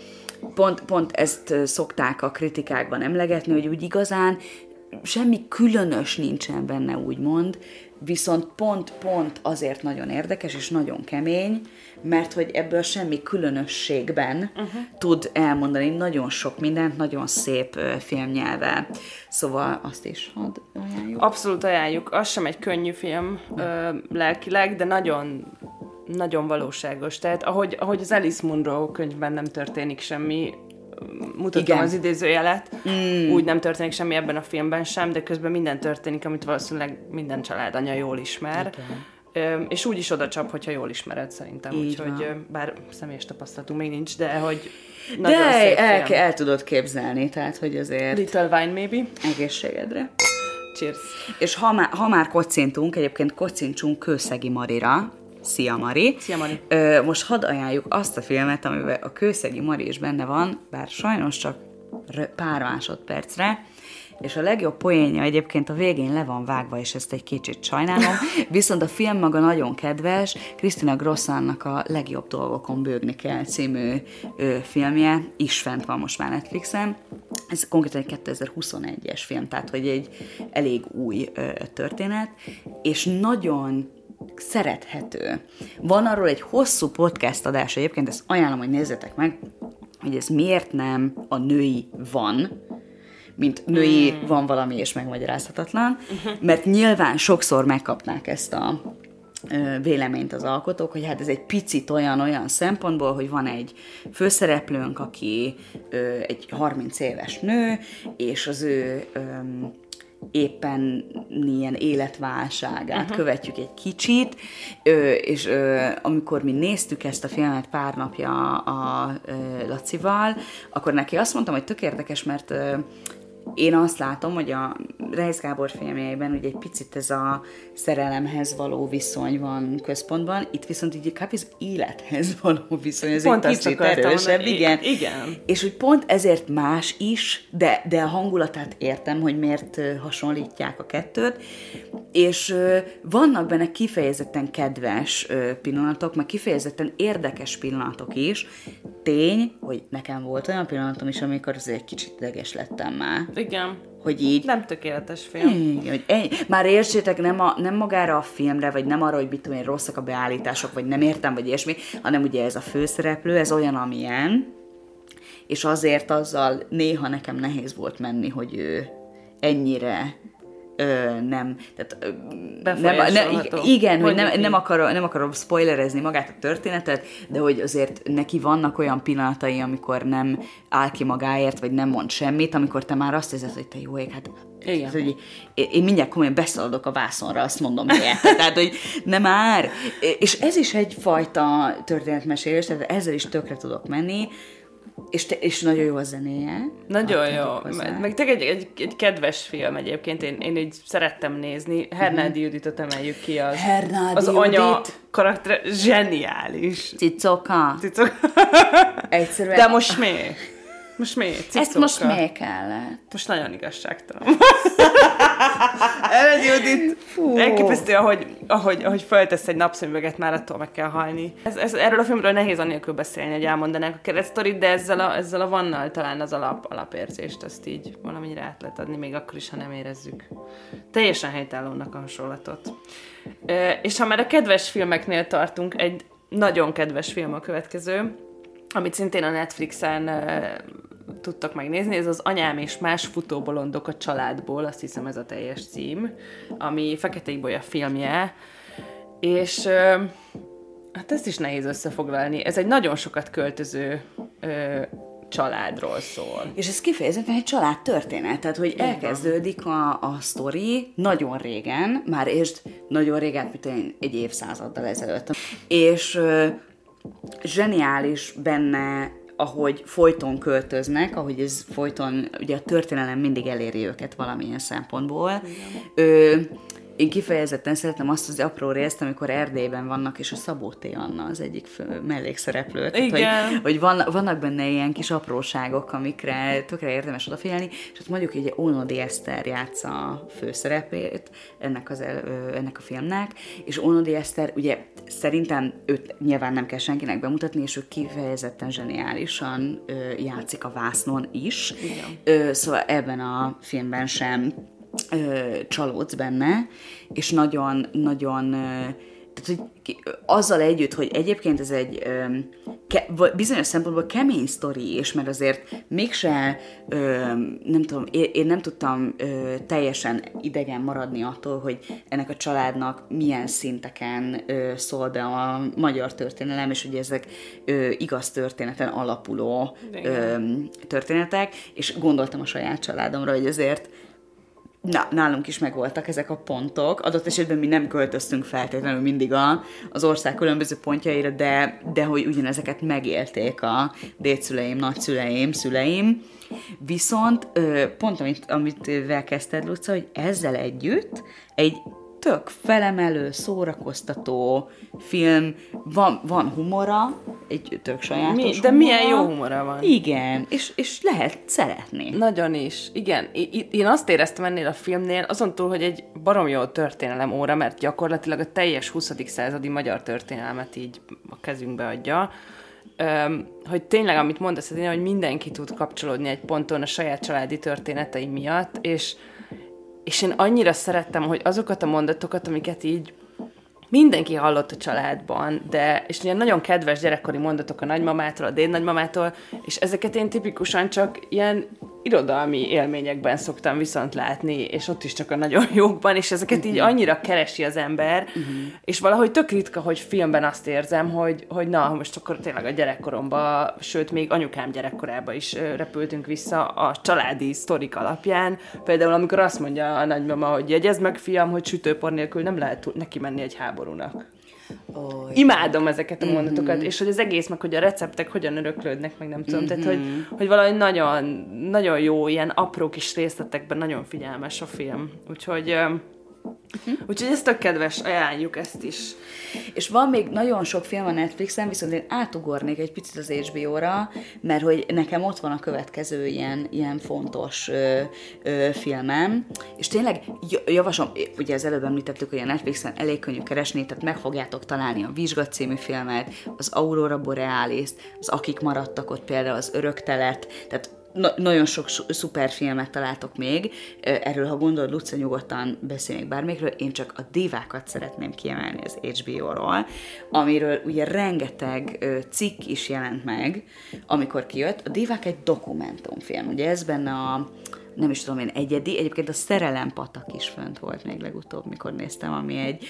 pont ezt szokták a kritikákban emlegetni, hogy úgy igazán semmi különös nincsen benne, úgymond, viszont pont azért nagyon érdekes és nagyon kemény, mert hogy ebből semmi különösségben tud elmondani nagyon sok mindent, nagyon szép filmnyelvvel. Szóval azt is hadd ajánljuk. Abszolút ajánljuk. Az sem egy könnyű film lelkileg, de nagyon, nagyon valóságos. Tehát ahogy az Alice Munro könyvben nem történik semmi, mutattam az idézőjelet, úgy nem történik semmi ebben a filmben sem, de közben minden történik, amit valószínűleg minden családanya jól ismer. És úgy is odacsap, hogyha jól ismered, szerintem. Úgyhogy bár személyes tapasztalatunk még nincs, de hogy nagyon szép film. El tudod képzelni, tehát hogy azért... Little Wine, maybe. Egészségedre. Cheers. És ha már kocintunk, egyébként kocintsunk Kőszegi Marira. Szia Mari! Szia Mari! Most hadd ajánljuk azt a filmet, amiben a Kőszegi Mari is benne van, bár sajnos csak pár másodpercre, és a legjobb poénja egyébként a végén le van vágva, és ezt egy kicsit sajnálom, viszont a film maga nagyon kedves, Krisztina Grossannak a Legjobb dolgokon bőgni kell című filmje, is fent van most már Netflixen. Ez konkrétan egy 2021-es film, tehát hogy egy elég új történet, és nagyon szerethető. Van arról egy hosszú podcast adás, egyébként ezt ajánlom, hogy nézzetek meg, hogy ez miért nem a női van, mint női van valami és megmagyarázhatatlan, mert nyilván sokszor megkapnák ezt a véleményt az alkotók, hogy hát ez egy picit olyan szempontból, hogy van egy főszereplőnk, aki egy 30 éves nő, és az ő éppen ilyen életválságát követjük egy kicsit, és amikor mi néztük ezt a filmet pár napja a Lacival, akkor neki azt mondtam, hogy tök érdekes, mert én azt látom, hogy a Reisz Gábor filmjeiben ugye egy picit ez a szerelemhez való viszony van központban, itt viszont így kb. Az élethez való viszony, ez pont egy kicsit erősebb, igen. És hogy pont ezért más is, de a hangulatát értem, hogy miért hasonlítják a kettőt, és vannak benne kifejezetten kedves pillanatok, meg kifejezetten érdekes pillanatok is. Tény, hogy nekem volt olyan pillanatom is, amikor azért egy kicsit ideges lettem már. Igen. Hogy így... Nem tökéletes film. Igen, már értsétek, nem magára a filmre, vagy nem arra, hogy mit tudom én, rosszak a beállítások, vagy nem értem, vagy ilyesmi, hanem ugye ez a főszereplő, ez olyan, amilyen, és azért azzal néha nekem nehéz volt menni, hogy ő ennyire nem, tehát igen, hogy nem akarom spoilerezni magát a történetet, de hogy azért neki vannak olyan pillanatai, amikor nem áll ki magáért, vagy nem mond semmit, amikor te már azt érzed, hogy te jó ég, hát hogy én mindjárt komolyan beszaladok a vászonra, azt mondom helyette. Tehát, hogy nem már. És ez is egyfajta történetmesélés, tehát ezzel is tökre tudok menni, és nagyon jó a zenéje. Nagyon jó. Meg egy kedves film egyébként, én így szerettem nézni. Hernádi Juditot emeljük ki, az anya karakter zseniális. Cicoka. Egyszerűen. De most mi? Most mi? Cicoka. Ezt most mi kellett? Most nagyon igazságtalan. Hernádi Judit elképesztő, ahogy feltesz egy napszemüveget, már attól meg kell halni. Erről a filmről nehéz annélkül beszélni, hogy elmondanák a keresztorit, de ezzel a Vannal talán az alapérzést azt így valamennyire át lehet adni, még akkor is, ha nem érezzük. Teljesen helytállónak a hasonlatot. És ha már a kedves filmeknél tartunk, egy nagyon kedves film a következő, amit szintén a Netflixen tudtak megnézni, ez az Anyám és más futóbolondok a családból, azt hiszem ez a teljes cím, ami Fekete Ibolya filmje, és hát ezt is nehéz összefoglalni. Ez egy nagyon sokat költöző családról szól. És ez kifejezetten egy családtörténet, tehát hogy elkezdődik a sztori nagyon régen, már és nagyon régen, mint egy évszázaddal ezelőtt. És zseniális benne, ahogy folyton költöznek, ahogy ez folyton, ugye a történelem mindig eléri őket valamilyen szempontból. Én kifejezetten szeretem azt az apró részt, amikor Erdélyben vannak, és a Szabó T. Anna az egyik mellékszereplő. Tehát, hogy vannak benne ilyen kis apróságok, amikre tökre érdemes odafigyelni, és ott mondjuk így Ónodi Eszter játsza a főszerepét ennek a filmnek, és Ónodi Eszter, ugye szerintem őt nyilván nem kell senkinek bemutatni, és ő kifejezetten zseniálisan játszik a vásznon is. Szóval ebben a filmben sem csalódsz benne, és nagyon tehát, hogy azzal együtt, hogy egyébként ez egy bizonyos szempontból kemény sztori is, mert azért mégse, nem tudom, én nem tudtam teljesen idegen maradni attól, hogy ennek a családnak milyen szinteken szól be a magyar történelem, és hogy ezek igaz történeten alapuló történetek, és gondoltam a saját családomra, hogy azért nálunk is megvoltak ezek a pontok. Adott esetben mi nem költöztünk feltétlenül mindig az ország különböző pontjaira, de hogy ugyanezeket megélték a dédszüleim, nagyszüleim, szüleim. Viszont pont amit kezdted, Luca, hogy ezzel együtt egy tök felemelő, szórakoztató film, van humora, egy tök sajátos humora. De milyen jó humora van. Igen, és lehet szeretni. Nagyon is, igen. Én azt éreztem ennél a filmnél, azon túl, hogy egy barom jó történelem óra, mert gyakorlatilag a teljes 20. századi magyar történelmet így a kezünkbe adja, hogy tényleg, amit mondasz, hogy mindenki tud kapcsolódni egy ponton a saját családi történetei miatt, és én annyira szerettem, hogy azokat a mondatokat, amiket így mindenki hallott a családban, és ilyen nagyon kedves gyerekkori mondatok a nagymamától, a dédnagymamától, és ezeket én tipikusan csak ilyen irodalmi élményekben szoktam viszont látni, és ott is csak a nagyon jókban, és ezeket így annyira keresi az ember, és valahogy tök ritka, hogy filmben azt érzem, hogy na, most akkor tényleg a gyerekkoromba, sőt, még anyukám gyerekkorába is repültünk vissza a családi sztorik alapján. Például, amikor azt mondja a nagymama, hogy jegyezd meg, fiam, hogy sütőpor nélkül nem lehet neki menni egy háborúnak. Imádom ezeket a mondatokat, és hogy az egész, meg hogy a receptek hogyan öröklődnek, meg nem tudom, tehát hogy valahogy nagyon, nagyon jó, ilyen apró kis részletekben nagyon figyelmes a film. Úgyhogy ez tök kedves, ajánljuk ezt is. És van még nagyon sok film a Netflixen, viszont én átugornék egy picit az HBO-ra, mert hogy nekem ott van a következő ilyen fontos filmem, és tényleg javaslom, ugye az előbb említettük, hogy a Netflixen elég könnyű keresni, tehát meg fogjátok találni a Vizsga című filmet, az Aurora Borealis, az Akik maradtak ott, például az Öröktelet, tehát nagyon sok szuper filmet találtok még. Erről, ha gondolod, Luca, nyugodtan beszélnék bármikről. Én csak a Divákat szeretném kiemelni az HBO-ról, amiről ugye rengeteg cikk is jelent meg, amikor kijött. A Divák egy dokumentumfilm. Ugye ez benne a nem is tudom én, egyébként a Szerelem patak is fönt volt még legutóbb, mikor néztem, ami egy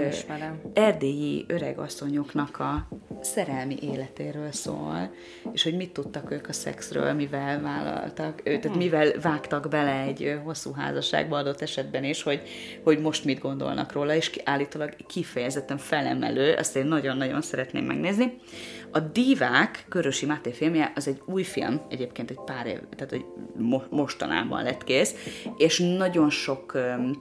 erdélyi öregasszonyoknak a szerelmi életéről szól, és hogy mit tudtak ők a szexről, mivel vállaltak, tehát mivel vágtak bele egy hosszú házasságba adott esetben is, hogy most mit gondolnak róla, és állítólag kifejezetten felemelő, azt én nagyon-nagyon szeretném megnézni. A Divák, Körösi Máté filmje, az egy új film, egyébként egy pár év, tehát hogy mostanában lett kész, és nagyon sok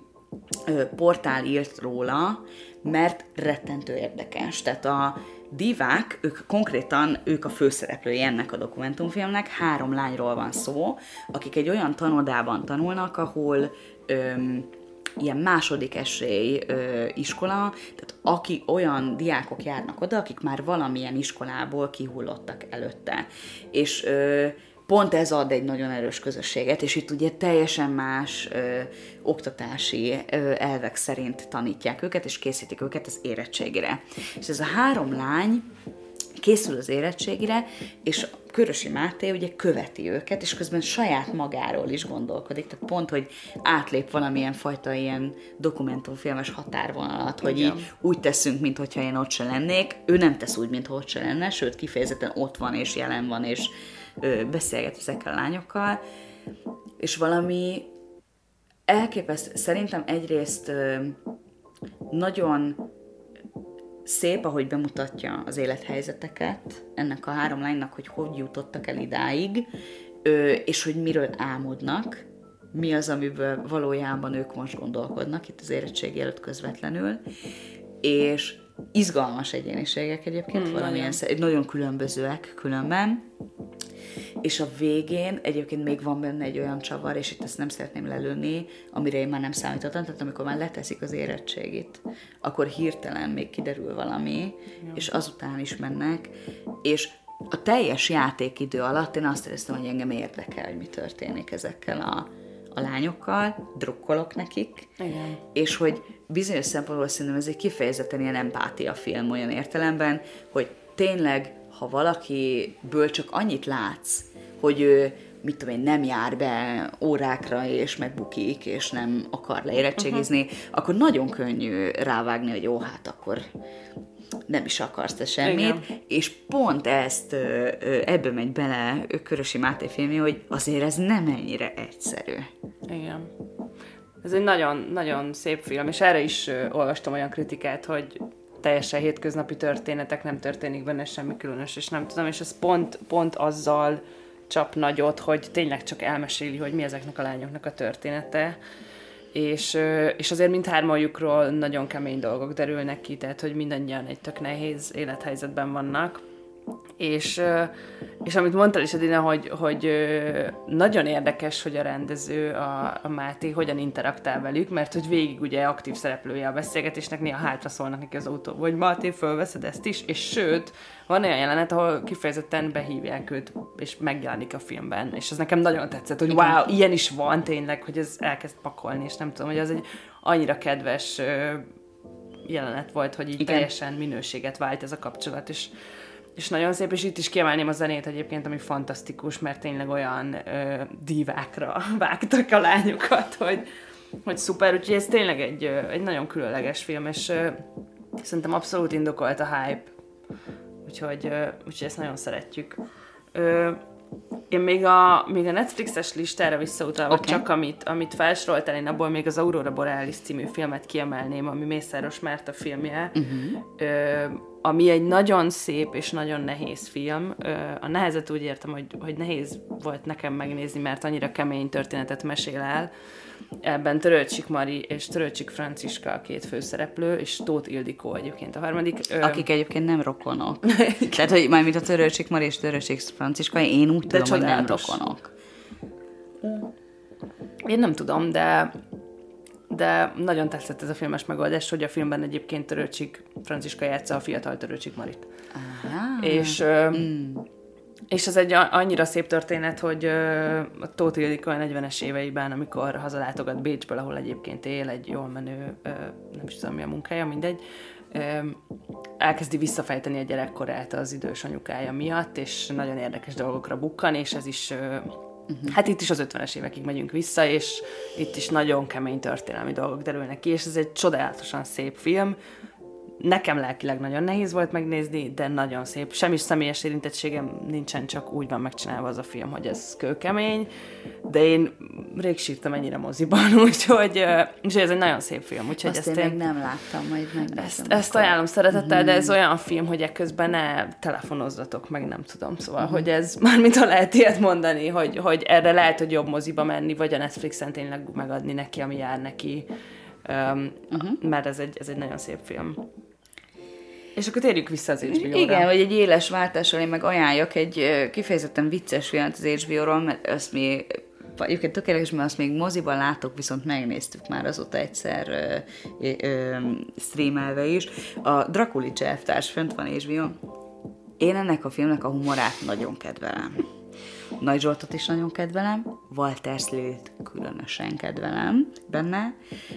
portál írt róla, mert rettentő érdekes. Tehát a Divák, ők a főszereplői ennek a dokumentumfilmnek, 3 lányról van szó, akik egy olyan tanodában tanulnak, ahol ilyen második esély iskola, tehát olyan diákok járnak oda, akik már valamilyen iskolából kihullottak előtte. És pont ez ad egy nagyon erős közösséget, és itt ugye teljesen más oktatási elvek szerint tanítják őket, és készítik őket az érettségire. És ez a 3 lány készül az érettségire, és Körösi Máté ugye követi őket, és közben saját magáról is gondolkodik, tehát pont, hogy átlép valamilyen fajta ilyen dokumentumfilmes határvonalat, hogy így úgy teszünk, mintha én ott se lennék, ő nem tesz úgy, mintha ott se lenne, sőt kifejezetten ott van, és jelen van, és beszélget ezekkel a lányokkal, és valami elképesztő, szerintem egyrészt nagyon szép, ahogy bemutatja az élethelyzeteket ennek a 3 lánynak, hogy jutottak el idáig, és hogy miről álmodnak, mi az, amiből valójában ők most gondolkodnak itt az érettségi előtt közvetlenül, és izgalmas egyéniségek egyébként, valamilyen nagyon különbözőek különben, és a végén egyébként még van benne egy olyan csavar, és itt ezt nem szeretném lelőni, amire én már nem számítottam, tehát amikor már leteszik az érettségit, akkor hirtelen még kiderül valami, és azután is mennek, és a teljes játékidő alatt én azt éreztem, hogy engem érdekel, hogy mi történik ezekkel a lányokkal, drukkolok nekik, igen. És hogy bizonyos szempontból szerintem ez egy kifejezetten ilyen empátia film olyan értelemben, hogy tényleg, ha valakiből csak annyit látsz, hogy ő, mit tudom én, nem jár be órákra, és megbukik, és nem akar leérettségizni, akkor nagyon könnyű rávágni, hogy jó, hát akkor nem is akarsz te semmit, igen. És pont ezt ebbe megy bele Körösi Máté filmje, hogy azért ez nem ennyire egyszerű. Igen. Ez egy nagyon, nagyon szép film, és erre is olvastam olyan kritikát, hogy teljesen hétköznapi történetek, nem történik benne semmi különös, és nem tudom, és ez pont azzal csap nagyot, hogy tényleg csak elmeséli, hogy mi ezeknek a lányoknak a története, és azért mindhármajukról nagyon kemény dolgok derülnek ki, tehát hogy mindannyian egy tök nehéz élethelyzetben vannak, és amit mondtál is, Edina, hogy nagyon érdekes, hogy a rendező, a Máté hogyan interaktál velük, mert hogy végig ugye aktív szereplője a beszélgetésnek, néha hátra szólnak neki az autóba, hogy Máté, fölveszed ezt is, és sőt, van olyan jelenet, ahol kifejezetten behívják őt, és megjelenik a filmben, és ez nekem nagyon tetszett, hogy wow, ilyen is van tényleg, hogy ez elkezd pakolni, és nem tudom, hogy az egy annyira kedves jelenet volt, hogy így igen. Teljesen minőséget vált ez a kapcsolat, és nagyon szép, és itt is kiemelném a zenét egyébként, ami fantasztikus, mert tényleg olyan divákra vágtak a lányokat, hogy szuper, úgyhogy ez tényleg egy nagyon különleges film, és szerintem abszolút indokolt a hype, úgyhogy ezt nagyon szeretjük. Én még a Netflixes listára visszautalva, okay. Csak amit felsoroltál, én abból még az Aurora Borealis című filmet kiemelném, ami Mészáros Márta filmje, ami egy nagyon szép és nagyon nehéz film. A nehezet úgy értem, hogy nehéz volt nekem megnézni, mert annyira kemény történetet mesél el. Ebben Törőcsik Mari és Törőcsik Franciska a 2 főszereplő, és Tóth Ildikó egyébként a harmadik. Akik egyébként nem rokonok. Tehát, hogy mármint a Törőcsik Mari és Törőcsik Franciska, én úgy tudom, hogy nem rokonok. Én nem tudom, de nagyon tetszett ez a filmes megoldás, hogy a filmben egyébként Törőcsik Franciska játsza a fiatal Törőcsik Marit. És ez egy annyira szép történet, hogy a Tóth Ildikó a 40-es éveiben, amikor hazalátogat Bécsből, ahol egyébként él, egy jól menő, nem is tudom mi a munkája, mindegy, elkezdi visszafejteni a gyerekkorát az idős anyukája miatt, és nagyon érdekes dolgokra bukkan, és ez is, hát itt is az 50-es évekig megyünk vissza, és itt is nagyon kemény történelmi dolgok derülnek ki, és ez egy csodálatosan szép film. Nekem lelkileg nagyon nehéz volt megnézni, de nagyon szép. Semmi személyes érintettségem nincsen, csak úgy van megcsinálva az a film, hogy ez kőkemény, de én rég sírtam ennyire moziban, úgyhogy ez egy nagyon szép film. Úgyhogy azt én még nem láttam, majd megnézem. Ezt ajánlom szeretettel, de ez olyan film, hogy ekközben ne telefonozzatok, meg nem tudom. Szóval, hogy ez mármint ha lehet ilyet mondani, hogy erre lehet, hogy jobb moziba menni, vagy a Netflixen tényleg megadni neki, ami jár neki, mert ez egy nagyon szép film. És akkor térjük vissza az HBO-ra. Igen, hogy egy éles váltással én meg ajánljak egy kifejezetten vicces filmet az HBO-ról, mert azt mi egyébként tökéletes, mert azt még moziban látok, viszont megnéztük már azóta egyszer streamelve is. A Drakulics elvtárs fönt van HBO-n. Én ennek a filmnek a humorát nagyon kedvelem. Nagy Zsoltot is nagyon kedvelem, Walter Slilt különösen kedvelem benne,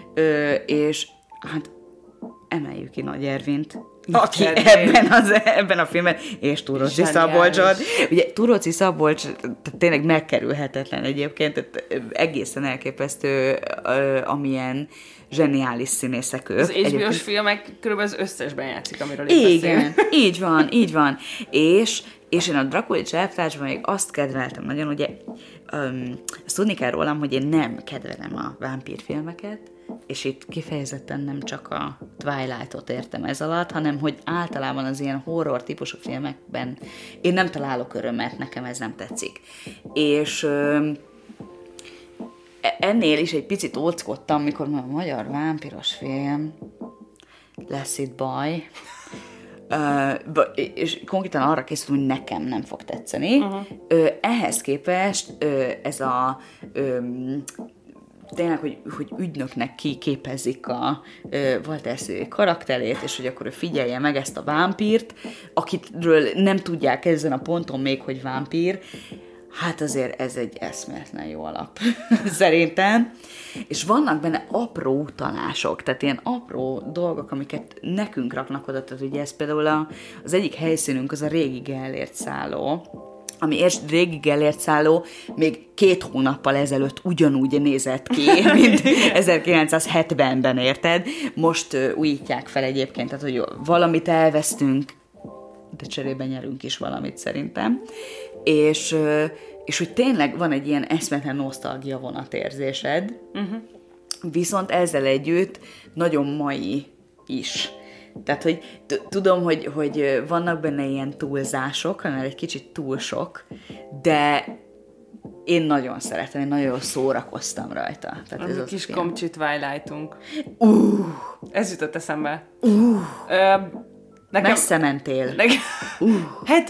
és hát emeljük ki Nagy Ervint, aki ebben a filmben, és Túróczi Szabolcsot. Ugye Túróczi Szabolcs tényleg megkerülhetetlen egyébként, tehát egészen elképesztő, amilyen zseniális színészek ők. Az HBO-s filmek körülbelül az összesben játszik, amiről én beszélek. Igen, így van. És én a Drakulics elvtársban még azt kedveltem nagyon, ugye azt tudni kell rólam, hogy én nem kedvelem a vámpírfilmeket, és itt kifejezetten nem csak a Twilight-ot értem ez alatt, hanem hogy általában az ilyen horror típusú filmekben én nem találok örömet, nekem ez nem tetszik. És ennél is egy picit óckodtam, mikor a magyar vámpíros film, lesz itt baj, és konkrétan arra készültem, hogy nekem nem fog tetszeni. Ehhez képest ez a tényleg, hogy ügynöknek kiképezik a Walter Szilli karakterét, és hogy akkor ő figyelje meg ezt a vámpírt, akitről nem tudják ezen a ponton még, hogy vámpír. Hát azért ez egy eszméletlen jó alap, szerintem. És vannak benne apró utalások, tehát ilyen apró dolgok, amiket nekünk raknak oda, tehát ugye ez például az egyik helyszínünk, az a régi Gellért szálló, ami régi Gellért szálló még 2 hónappal ezelőtt ugyanúgy nézett ki, mint 1970-ben, érted? Most újítják fel egyébként, tehát hogy valamit elvesztünk, de cserébe nyerünk is valamit szerintem. És hogy tényleg van egy ilyen eszmetlen nosztalgia vonatérzésed, viszont ezzel együtt nagyon mai is. Tehát, hogy tudom, hogy vannak benne ilyen túlzások, mert egy kicsit túl sok, de én nagyon szeretem, én nagyon szórakoztam rajta. Tehát ez a kis komcsi Twilightunk. Ez jutott eszembe. Messze mentél. Hát,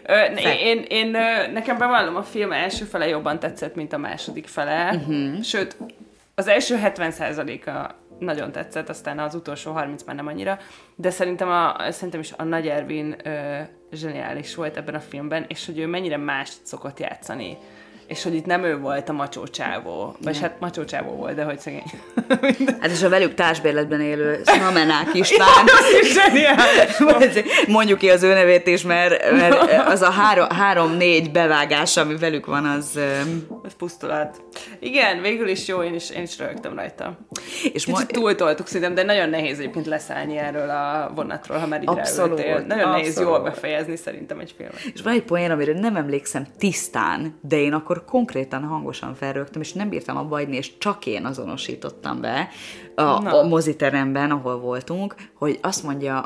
nekem bevallom, a film első fele jobban tetszett, mint a második fele. Sőt, az első 70%-a nagyon tetszett, aztán az utolsó 30 már nem annyira, de szerintem is a Nagy Ervin zseniális volt ebben a filmben, és hogy ő mennyire mást szokott játszani. És hogy itt nem ő volt a macsó csávó. Vagy hát macsó csávó volt, de hogy szegény. Hát és a velük társbérletben élő Szamenák István. Mondjuk ki az ő nevét is, mert az a 3-4 bevágás, ami velük van, az... Ez pusztulat. Igen, végül is jó, én is röhögtem rajta. És kicsit túltoltuk szerintem, de nagyon nehéz egyébként leszállni erről a vonatról, ha már így ráültél. Nagyon nehéz jól befejezni szerintem egy filmet. És van egy poén, amire nem emlékszem tisztán, de én akkor konkrétan hangosan felrögtem, és nem bírtam abba hagyni, és csak én azonosítottam be a moziteremben, ahol voltunk, hogy azt mondja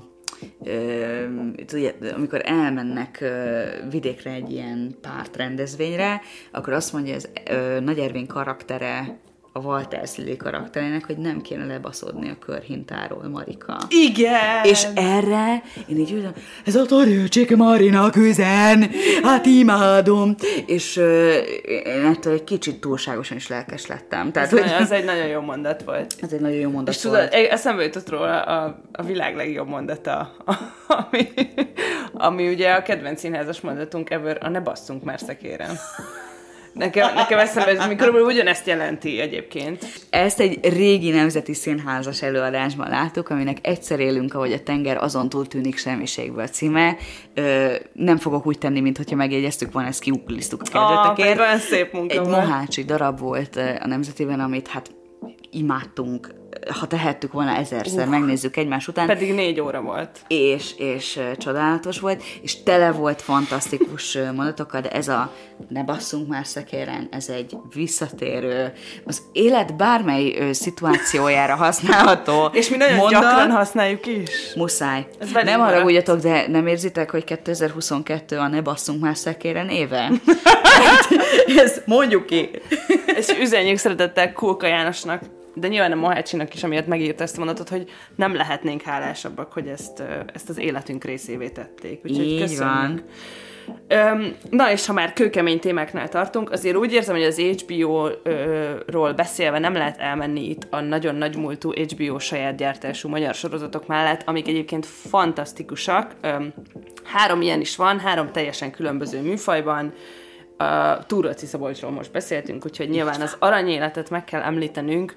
amikor elmennek vidékre egy ilyen pártrendezvényre, akkor azt mondja, ez Nagy Ervin karaktere, a Walter Szili karakterének, hogy nem kéne lebaszódni a körhintáról, Marika. Igen! És erre én így ültem, ez a Torjöcséke Marinak üzen, hát imádom. És én ettől egy kicsit túlságosan is lelkes lettem. Tehát, ez egy nagyon jó mondat volt. Ez egy nagyon jó mondat és volt. És eszembe jutott róla a világ legjobb mondata, ami ugye a kedvenc színházas mondatunk ever, a ne basszunk már szekéren. Nekem eszembe, ez körülbelül ugyanezt jelenti egyébként. Ezt egy régi nemzeti színházas előadásban láttuk, aminek Egyszer élünk, ahogy a tenger, azon túl tűnik semmiségből címe. Nem fogok úgy tenni, mintha megjegyeztük volna, ezt kiukuliztuk a kezdetekért. Olyan szép munka egy volt. mohácsi darab volt a nemzetiben, amit hát imádtunk, ha tehettük volna 1000-szer, megnézzük egymás után. Pedig 4 óra volt. És csodálatos volt, és tele volt fantasztikus mondatokkal, de ez a ne basszunk már szekéren, ez egy visszatérő, az élet bármely szituációjára használható. És mi nagyon gyakran használjuk is. Muszáj. Nem haragudjatok, de nem érzitek, hogy 2022 a ne basszunk már szekéren éve? Ezt mondjuk ki. És üzenjük szeretettel Kulka Jánosnak, de nyilván a Mohácsinak is, amiért megírta ezt a mondatot, hogy nem lehetnénk hálásabbak, hogy ezt az életünk részévé tették. Úgyhogy így köszönjük. Van. Na és ha már kőkemény témáknál tartunk, azért úgy érzem, hogy az HBO-ról beszélve nem lehet elmenni itt a nagyon nagy múltú HBO saját gyártású magyar sorozatok mellett, amik egyébként fantasztikusak. 3 ilyen is van, 3 teljesen különböző műfajban. Túróczi Szabolcsról most beszéltünk, úgyhogy nyilván az Aranyéletet meg kell említenünk,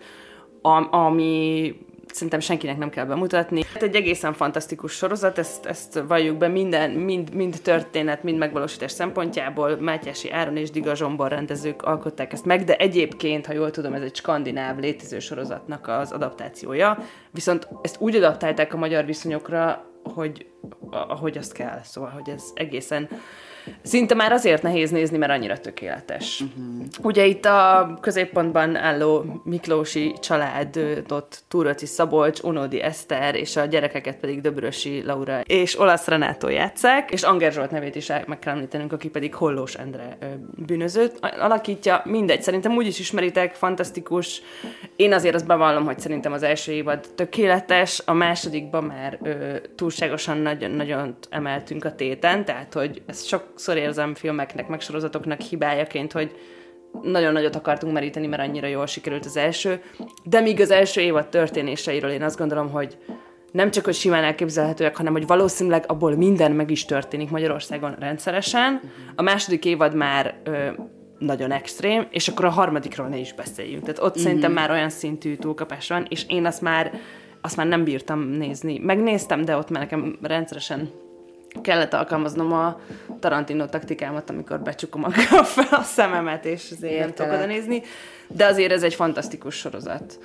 ami szerintem senkinek nem kell bemutatni. Egy egészen fantasztikus sorozat, ezt valljuk be mind történet, mind megvalósítás szempontjából. Mátyási Áron és Diga Zsombor rendezők alkották ezt meg, de egyébként, ha jól tudom, ez egy skandináv létező sorozatnak az adaptációja, viszont ezt úgy adaptálták a magyar viszonyokra, hogy ahogy azt kell, szóval, hogy ez egészen szinte már azért nehéz nézni, mert annyira tökéletes. Ugye itt a középpontban álló miklósi családot Túróczi Szabolcs, Unódi Eszter és a gyerekeket pedig Döbrösi Laura és Olasz Renátó játsszák, és Anger Zsolt nevét is meg kell említenünk, aki pedig Hollós Endre bűnözőt alakítja. Mindegy, szerintem úgy is ismeritek, fantasztikus. Én azért azt bevallom, hogy szerintem az első évad tökéletes, a másodikban már túlságosan nagyon emeltünk a téten, tehát hogy ez sokszor érzem filmeknek, meg sorozatoknak hibájaként, hogy nagyon nagyot akartunk meríteni, mert annyira jól sikerült az első, de míg az első évad történéseiről én azt gondolom, hogy nem csak, hogy simán elképzelhetőek, hanem hogy valószínűleg abból minden meg is történik Magyarországon rendszeresen. A második évad már nagyon extrém, és akkor a harmadikról ne is beszéljünk. Tehát ott szerintem már olyan szintű túlkapás van, és én azt már nem bírtam nézni. Megnéztem, de ott már nekem rendszeresen kellett alkalmaznom a Tarantino taktikámat, amikor becsukom fel a szememet, és azért nem tudok oda nézni. De azért ez egy fantasztikus sorozat.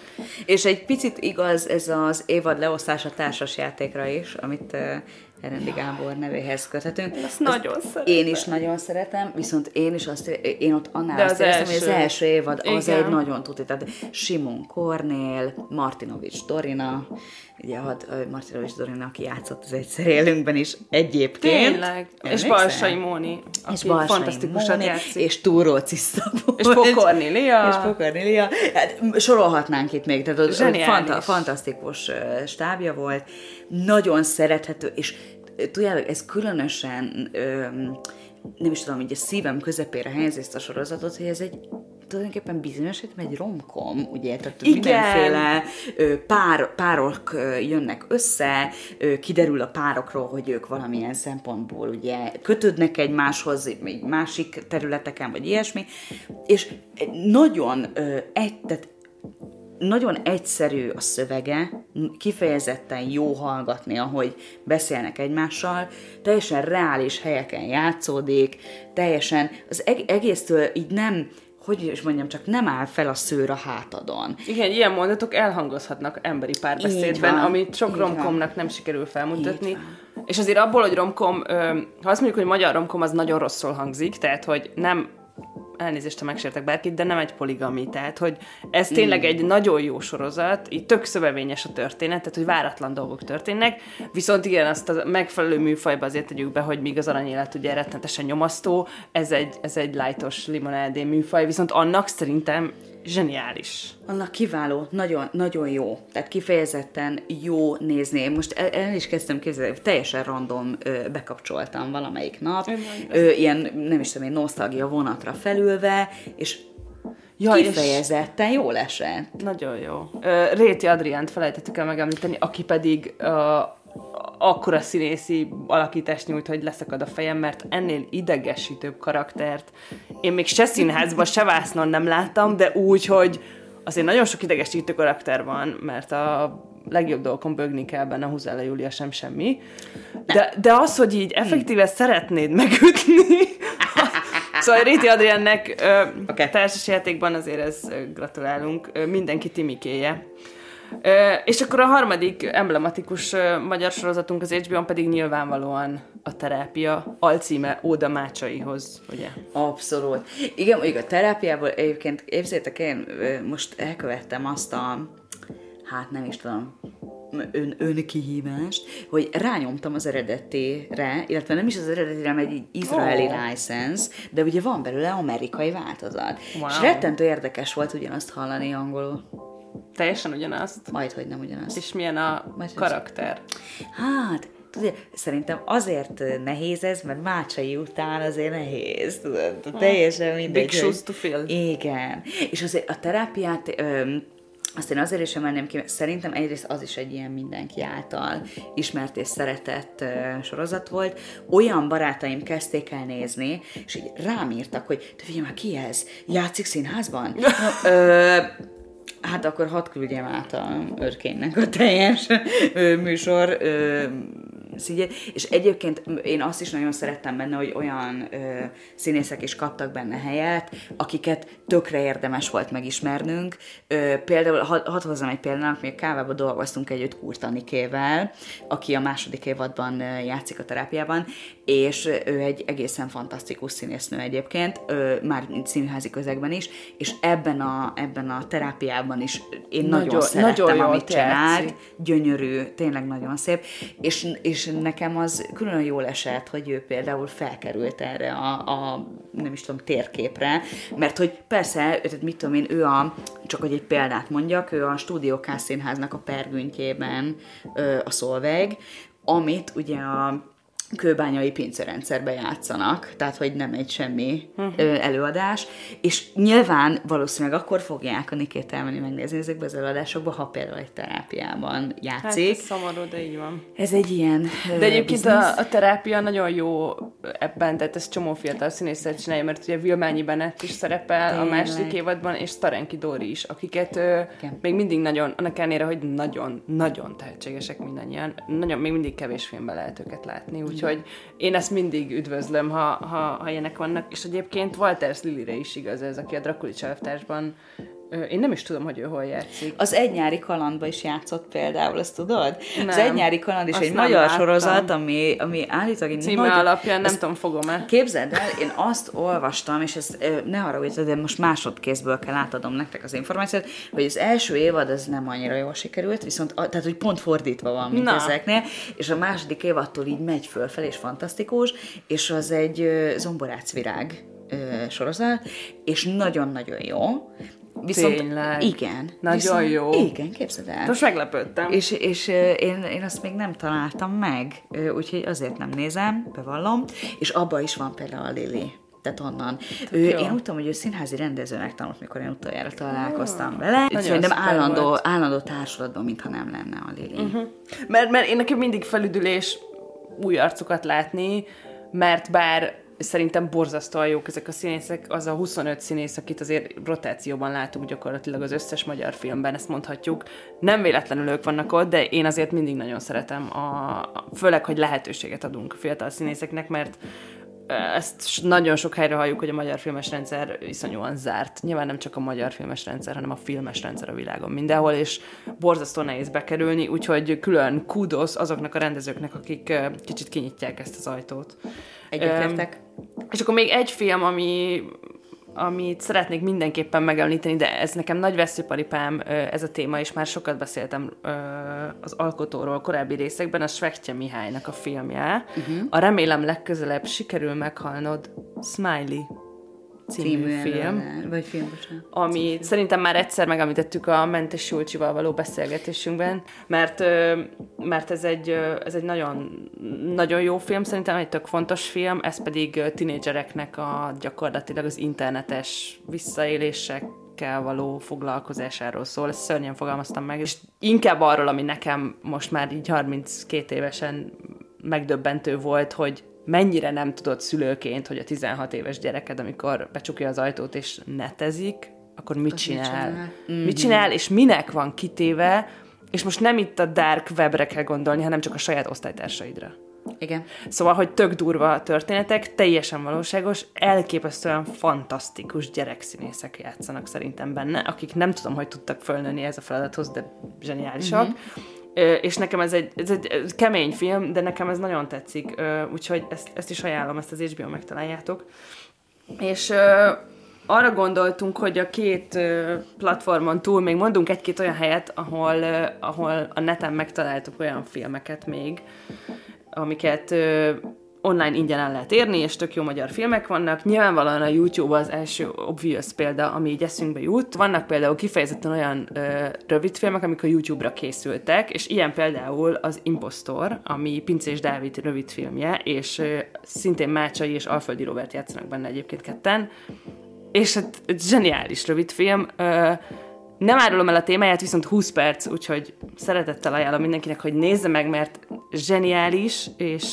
És egy picit igaz ez az évad leosztása társas játékra is, amit Herendi Gábor nevéhez köthetünk. Ezt nagyon szeretem. Én is nagyon szeretem, viszont én ott annál azt éreztem, hogy az első évad az egy nagyon tuti. Tehát Simon Kornél, Martinovics Dorina, ugye Martinovics Dorina, aki játszott az Egyszer élünkben is egyébként. Tényleg. És Balsai Móni, aki fantasztikusat játszik. És Túróczi Szabolcs. És Pokornélia. Hát, sorolhatnánk itt még, tehát fantasztikus stábja volt, nagyon szerethető, és tudjátok, ez különösen, nem is tudom, így a szívem közepére helyezi ezt a sorozatot, hogy ez egy tulajdonképpen bizonyos, hogy egy romkom, ugye, tehát mindenféle párok jönnek össze, kiderül a párokról, hogy ők valamilyen szempontból ugye kötődnek egymáshoz, egy másik területeken, vagy ilyesmi, és nagyon egyszerű a szövege, kifejezetten jó hallgatni, ahogy beszélnek egymással, teljesen reális helyeken játszódik, teljesen az egésztől így nem, hogy is mondjam, csak nem áll fel a szőr a hátadon. Igen, ilyen mondatok elhangozhatnak emberi párbeszédben, amit sok romkomnak nem sikerül felmutatni. És azért abból, hogy romkom, ha azt mondjuk, hogy magyar romkom, az nagyon rosszul hangzik, tehát, hogy nem, elnézést, ha megsértek bárkit, de nem egy poligami, tehát, hogy ez tényleg egy nagyon jó sorozat, így tök szövevényes a történet, tehát, hogy váratlan dolgok történnek, viszont igen, azt a megfelelő műfajba azért tegyük be, hogy míg az Aranyélet ugye rettenetesen nyomasztó, ez egy lightos limonádé műfaj, viszont annak szerintem zseniális. Annak kiváló, nagyon, nagyon jó. Tehát kifejezetten jó nézni. Én most el is kezdtem képzelni, teljesen random bekapcsoltam valamelyik nap. Ilyen, nem is tudom én, nosztalgia vonatra felülve, és kifejezetten jól esett. Nagyon jó. Réti Adriánt felejtettük el megemlíteni, aki pedig akkora színészi alakítást nyújt, hogy leszakad a fejem, mert ennél idegesítőbb karaktert én még se színházban, se vásznon nem láttam, de úgy, hogy azért nagyon sok idegesítő karakter van, mert a legjobb dolgokon bögni kell benne, Huzella Júlia sem semmi. De az, hogy így effektíve szeretnéd megütni, szóval Réti Adriánnek társasjátékban azért gratulálunk, mindenki Timikéje. És akkor a harmadik emblematikus magyar sorozatunk az HBO-n pedig nyilvánvalóan a Terápia, alcíme Óda Mácsaihoz, ugye? Abszolút. Igen, mondjuk a Terápiából egyébként képzeljétek, én most elkövettem azt a, hát nem is tudom, önkihívást, hogy rányomtam az eredetére, illetve nem is az eredetére, mert egy izraeli license, de ugye van belőle amerikai változat. Wow. És rettentő érdekes volt ugyanazt hallani angolul. Teljesen ugyanazt? Majdhogy nem ugyanazt. És milyen a karakter? Hát, tudod, szerintem azért nehéz ez, mert Mácsai után azért nehéz, tudod, teljesen mindegy. Big shoes to fill. Igen. És azért a Terápiát azt én azért is emelném ki, mert szerintem egyrészt az is egy ilyen mindenki által ismert és szeretett sorozat volt. Olyan barátaim kezdték el nézni, és így rám írtak, hogy te figyelj már, ki ez? Játszik színházban? Hát akkor hadd küldjem át a Örkénynek a teljes műsor szígyét. És egyébként én azt is nagyon szerettem benne, hogy olyan színészek is kaptak benne helyet, akiket tökre érdemes volt megismernünk. Például, hadd hozzam egy példának, mi a Kávában dolgoztunk együtt Kurt Anikével, aki a második évadban játszik a Terápiában, és ő egy egészen fantasztikus színésznő egyébként, már színházi közegben is, és ebben a Terápiában is én nagyon szerettem, nagyon amit csinált. Gyönyörű, tényleg nagyon szép, és nekem az külön jól esett, hogy ő például felkerült erre a nem is tudom, térképre, mert hogy persze, mit tudom én, csak hogy egy példát mondjak, ő a Stúdió K színháznak a Pergüntjében a Szolveg, amit ugye a kőbányai pincerendszerbe játszanak, tehát hogy nem egy semmi előadás, és nyilván valószínűleg akkor fogják a Nikét elmenni megnézni ezekbe az előadásokba, ha például egy Terápiában játszik. Hát ez szomorú, de így van. Ez egy ilyen de egyébként a Terápia nagyon jó ebben, tehát ez csomó fiatal színésszel csinálja, mert ugye Vilmányi Benett is szerepel tényleg a második évadban, és Starenki Dóri is, akiket még mindig nagyon, annak ellenére, hogy nagyon tehetségesek mindannyian, még mindig kevés filmben lehet őket látni, úgyhogy én ezt mindig üdvözlöm, ha ilyenek vannak, és egyébként Walters Lilire is igaz ez, aki a Drakulics elvtársban, én nem is tudom, hogy ő hol játszik. Az Egy nyári kalandban is játszott például, azt tudod? Nem, az Egy nyári kaland is egy magyar sorozat, ami állítólag... Címe alapján nem tudom, fogom-e. Képzeld el, én azt olvastam, és ez ne haragudj, de most másodkézből kell átadom nektek az információt, hogy az első évad az nem annyira jól sikerült, viszont tehát, hogy pont fordítva van, mint ezeknél, és a második évadtól így megy fölfelé, és fantasztikus, és az egy zomborácvirág sorozat, és nagyon-nagyon jó. Viszont tényleg. Igen. Nagyon jó. Igen, képzeld el. Most meglepődtem. És én azt még nem találtam meg, úgyhogy azért nem nézem, bevallom, és abban is van például a Lili. Tehát onnan. Én úgy tudom, hogy ő színházi rendezőnek tanult, mikor én utoljára találkoztam vele. Szerintem állandó társulatban, mintha nem lenne a Lili. Mert én nekem mindig felüdülés új arcokat látni, mert bár szerintem borzasztóan jók ezek a színészek, az a 25 színész, akit azért rotációban látunk gyakorlatilag az összes magyar filmben, ezt mondhatjuk. Nem véletlenül ők vannak ott, de én azért mindig nagyon szeretem, főleg, hogy lehetőséget adunk a fiatal színészeknek, mert ezt nagyon sok helyre halljuk, hogy a magyar filmes rendszer iszonyúan zárt. Nyilván nem csak a magyar filmes rendszer, hanem a filmes rendszer a világon mindenhol, és borzasztó nehéz bekerülni, úgyhogy külön kudosz azoknak a rendezőknek, akik kicsit kinyitják ezt az ajtót. Egyetértek. És akkor még egy film, amit szeretnék mindenképpen megemlíteni, de ez nekem nagy veszőparipám ez a téma, és már sokat beszéltem az alkotóról korábbi részekben, a Svehetje Mihálynak a filmje. A Remélem legközelebb sikerül meghalnod Smiley című film. Vagy film, bocsánat. Ami szerintem már egyszer megemlítettük a Mentes Julcsival való beszélgetésünkben, mert ez egy nagyon, nagyon jó film, szerintem egy tök fontos film, ez pedig tinédzsereknek gyakorlatilag az internetes visszaélésekkel való foglalkozásáról szól. Ezt szörnyen fogalmaztam meg, és inkább arról, ami nekem most már így 32 évesen megdöbbentő volt, hogy mennyire nem tudod szülőként, hogy a 16 éves gyereked, amikor becsukja az ajtót és netezik, akkor mit csinál? Mit csinál, és minek van kitéve, és most nem itt a dark webre kell gondolni, hanem csak a saját osztálytársaidra. Igen. Szóval, hogy tök durva történetek, teljesen valóságos, elképesztően fantasztikus gyerekszínészek játszanak szerintem benne, akik nem tudom, hogy tudtak fölnőni ez a feladathoz, de zseniálisak. És nekem ez egy kemény film, de nekem ez nagyon tetszik, úgyhogy ezt is ajánlom, ezt az HBO megtaláljátok. És arra gondoltunk, hogy a két platformon túl még mondunk egy-két olyan helyet, ahol a neten megtaláltuk olyan filmeket még, amiket online ingyen el lehet érni, és tök jó magyar filmek vannak. Nyilvánvalóan a YouTube az első obvious példa, ami így eszünkbe jut. Vannak például kifejezetten olyan rövidfilmek, amik a YouTube-ra készültek, és ilyen például az Impostor, ami Pincés Dávid rövidfilmje, és szintén Mácsai és Alföldi Róbert játszanak benne egyébként ketten. És hát zseniális rövidfilm. Nem árulom el a témáját, viszont 20 perc, úgyhogy szeretettel ajánlom mindenkinek, hogy nézze meg, mert zseniális,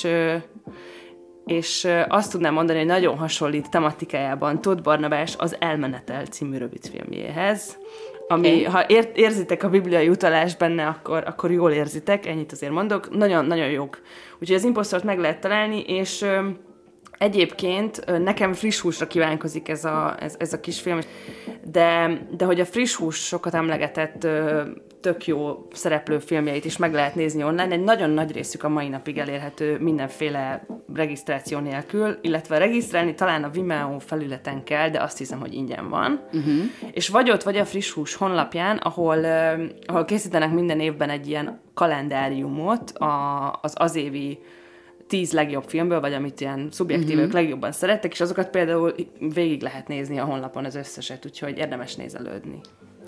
és azt tudnám mondani, hogy nagyon hasonlít tematikájában Tóth Barnabás az Elmenetel című rövidfilmjéhez, ami, ha érzitek a bibliai utalást benne, akkor jól érzitek, ennyit azért mondok, nagyon-nagyon jók. Úgyhogy az Impostort meg lehet találni, és egyébként nekem friss húsra kívánkozik ez a kis film, de hogy a friss hús sokat emlegetett tök jó szereplő filmjeit is meg lehet nézni online, egy nagyon nagy részük a mai napig elérhető mindenféle regisztráció nélkül, illetve regisztrálni talán a Vimeo felületen kell, de azt hiszem, hogy ingyen van. És vagy ott, vagy a friss hús honlapján, ahol készítenek minden évben egy ilyen kalendáriumot az évi 10 legjobb filmből, vagy amit ilyen szubjektívök legjobban szerettek, és azokat például végig lehet nézni a honlapon az összeset, úgyhogy érdemes nézelődni.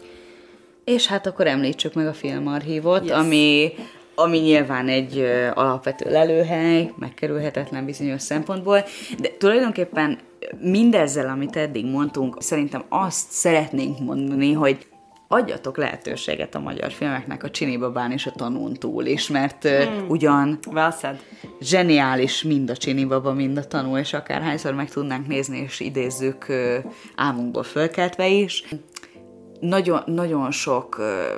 És hát akkor említsük meg a Filmarchívot, Yes. ami nyilván egy alapvető lelőhely, megkerülhetetlen bizonyos szempontból, de tulajdonképpen mindezzel, amit eddig mondtunk, szerintem azt szeretnénk mondani, hogy adjatok lehetőséget a magyar filmeknek a Csinibabán és a Tanún túl is, mert ugyan Well said. zseniális mind a Csinibaba, mind a Tanú, és akárhányszor meg tudnánk nézni, és idézzük álmunkból fölkeltve is. Nagyon, nagyon sok,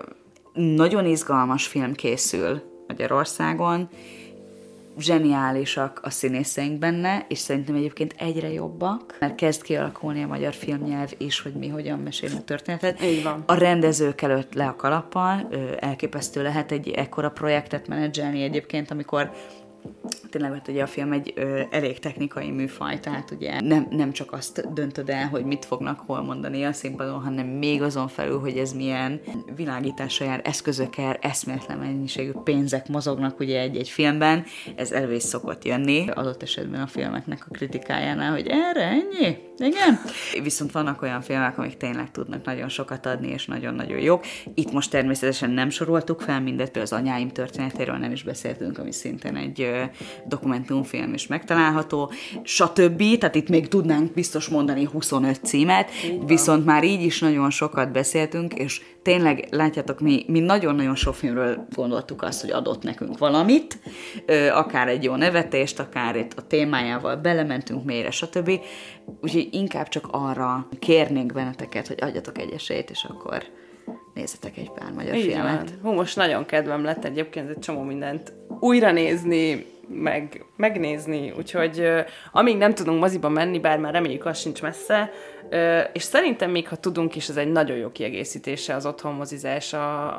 nagyon izgalmas film készül Magyarországon, zseniálisak a színészeink benne, és szerintem egyébként egyre jobbak, mert kezd kialakulni a magyar filmnyelv is, hogy mi hogyan mesélünk történetet. Így van. A rendezők előtt le a kalappal, elképesztő lehet egy ekkora projektet menedzselni egyébként, amikor tényleg, mert ugye a film egy elég technikai műfaj, tehát ugye nem csak azt döntöd el, hogy mit fognak hol mondani a színpadon, hanem még azon felül, hogy ez milyen világítással jár, eszközökkel, eszméletlen mennyiségű pénzek mozognak ugye egy filmben, ez elő is szokott jönni, adott esetben a filmeknek a kritikájánál, hogy erre ennyi? Igen. Viszont vannak olyan filmek, amik tényleg tudnak nagyon sokat adni, és nagyon-nagyon jók. Itt most természetesen nem soroltuk fel mindet, például az Anyáim történetéről nem is beszéltünk, ami szintén egy dokumentumfilm is megtalálható, stb. Tehát itt még tudnánk biztos mondani 25 címet, viszont már így is nagyon sokat beszéltünk, és tényleg, látjátok, mi nagyon-nagyon sok filmről gondoltuk azt, hogy adott nekünk valamit, akár egy jó nevetést, akár itt a témájával belementünk mélyre, stb. Úgyhogy inkább csak arra kérnénk benneteket, hogy adjatok egy esélyt, és akkor nézzetek egy pár magyar filmet. Most nagyon kedvem lett egyébként egy csomó mindent újra nézni, megnézni, úgyhogy amíg nem tudunk moziba menni, bár már reméljük, az sincs messze, és szerintem még ha tudunk is, ez egy nagyon jó kiegészítése az otthonmozizás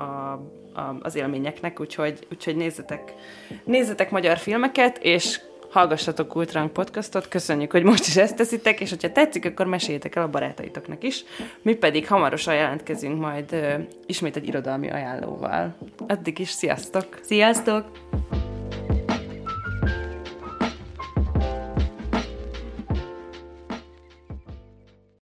az élményeknek, úgyhogy nézzetek magyar filmeket, és hallgassatok Kultrang podcastot, köszönjük, hogy most is ezt teszitek, és hogyha tetszik, akkor meséljétek el a barátaitoknak is. Mi pedig hamarosan jelentkezünk majd ismét egy irodalmi ajánlóval. Addig is, sziasztok! Sziasztok!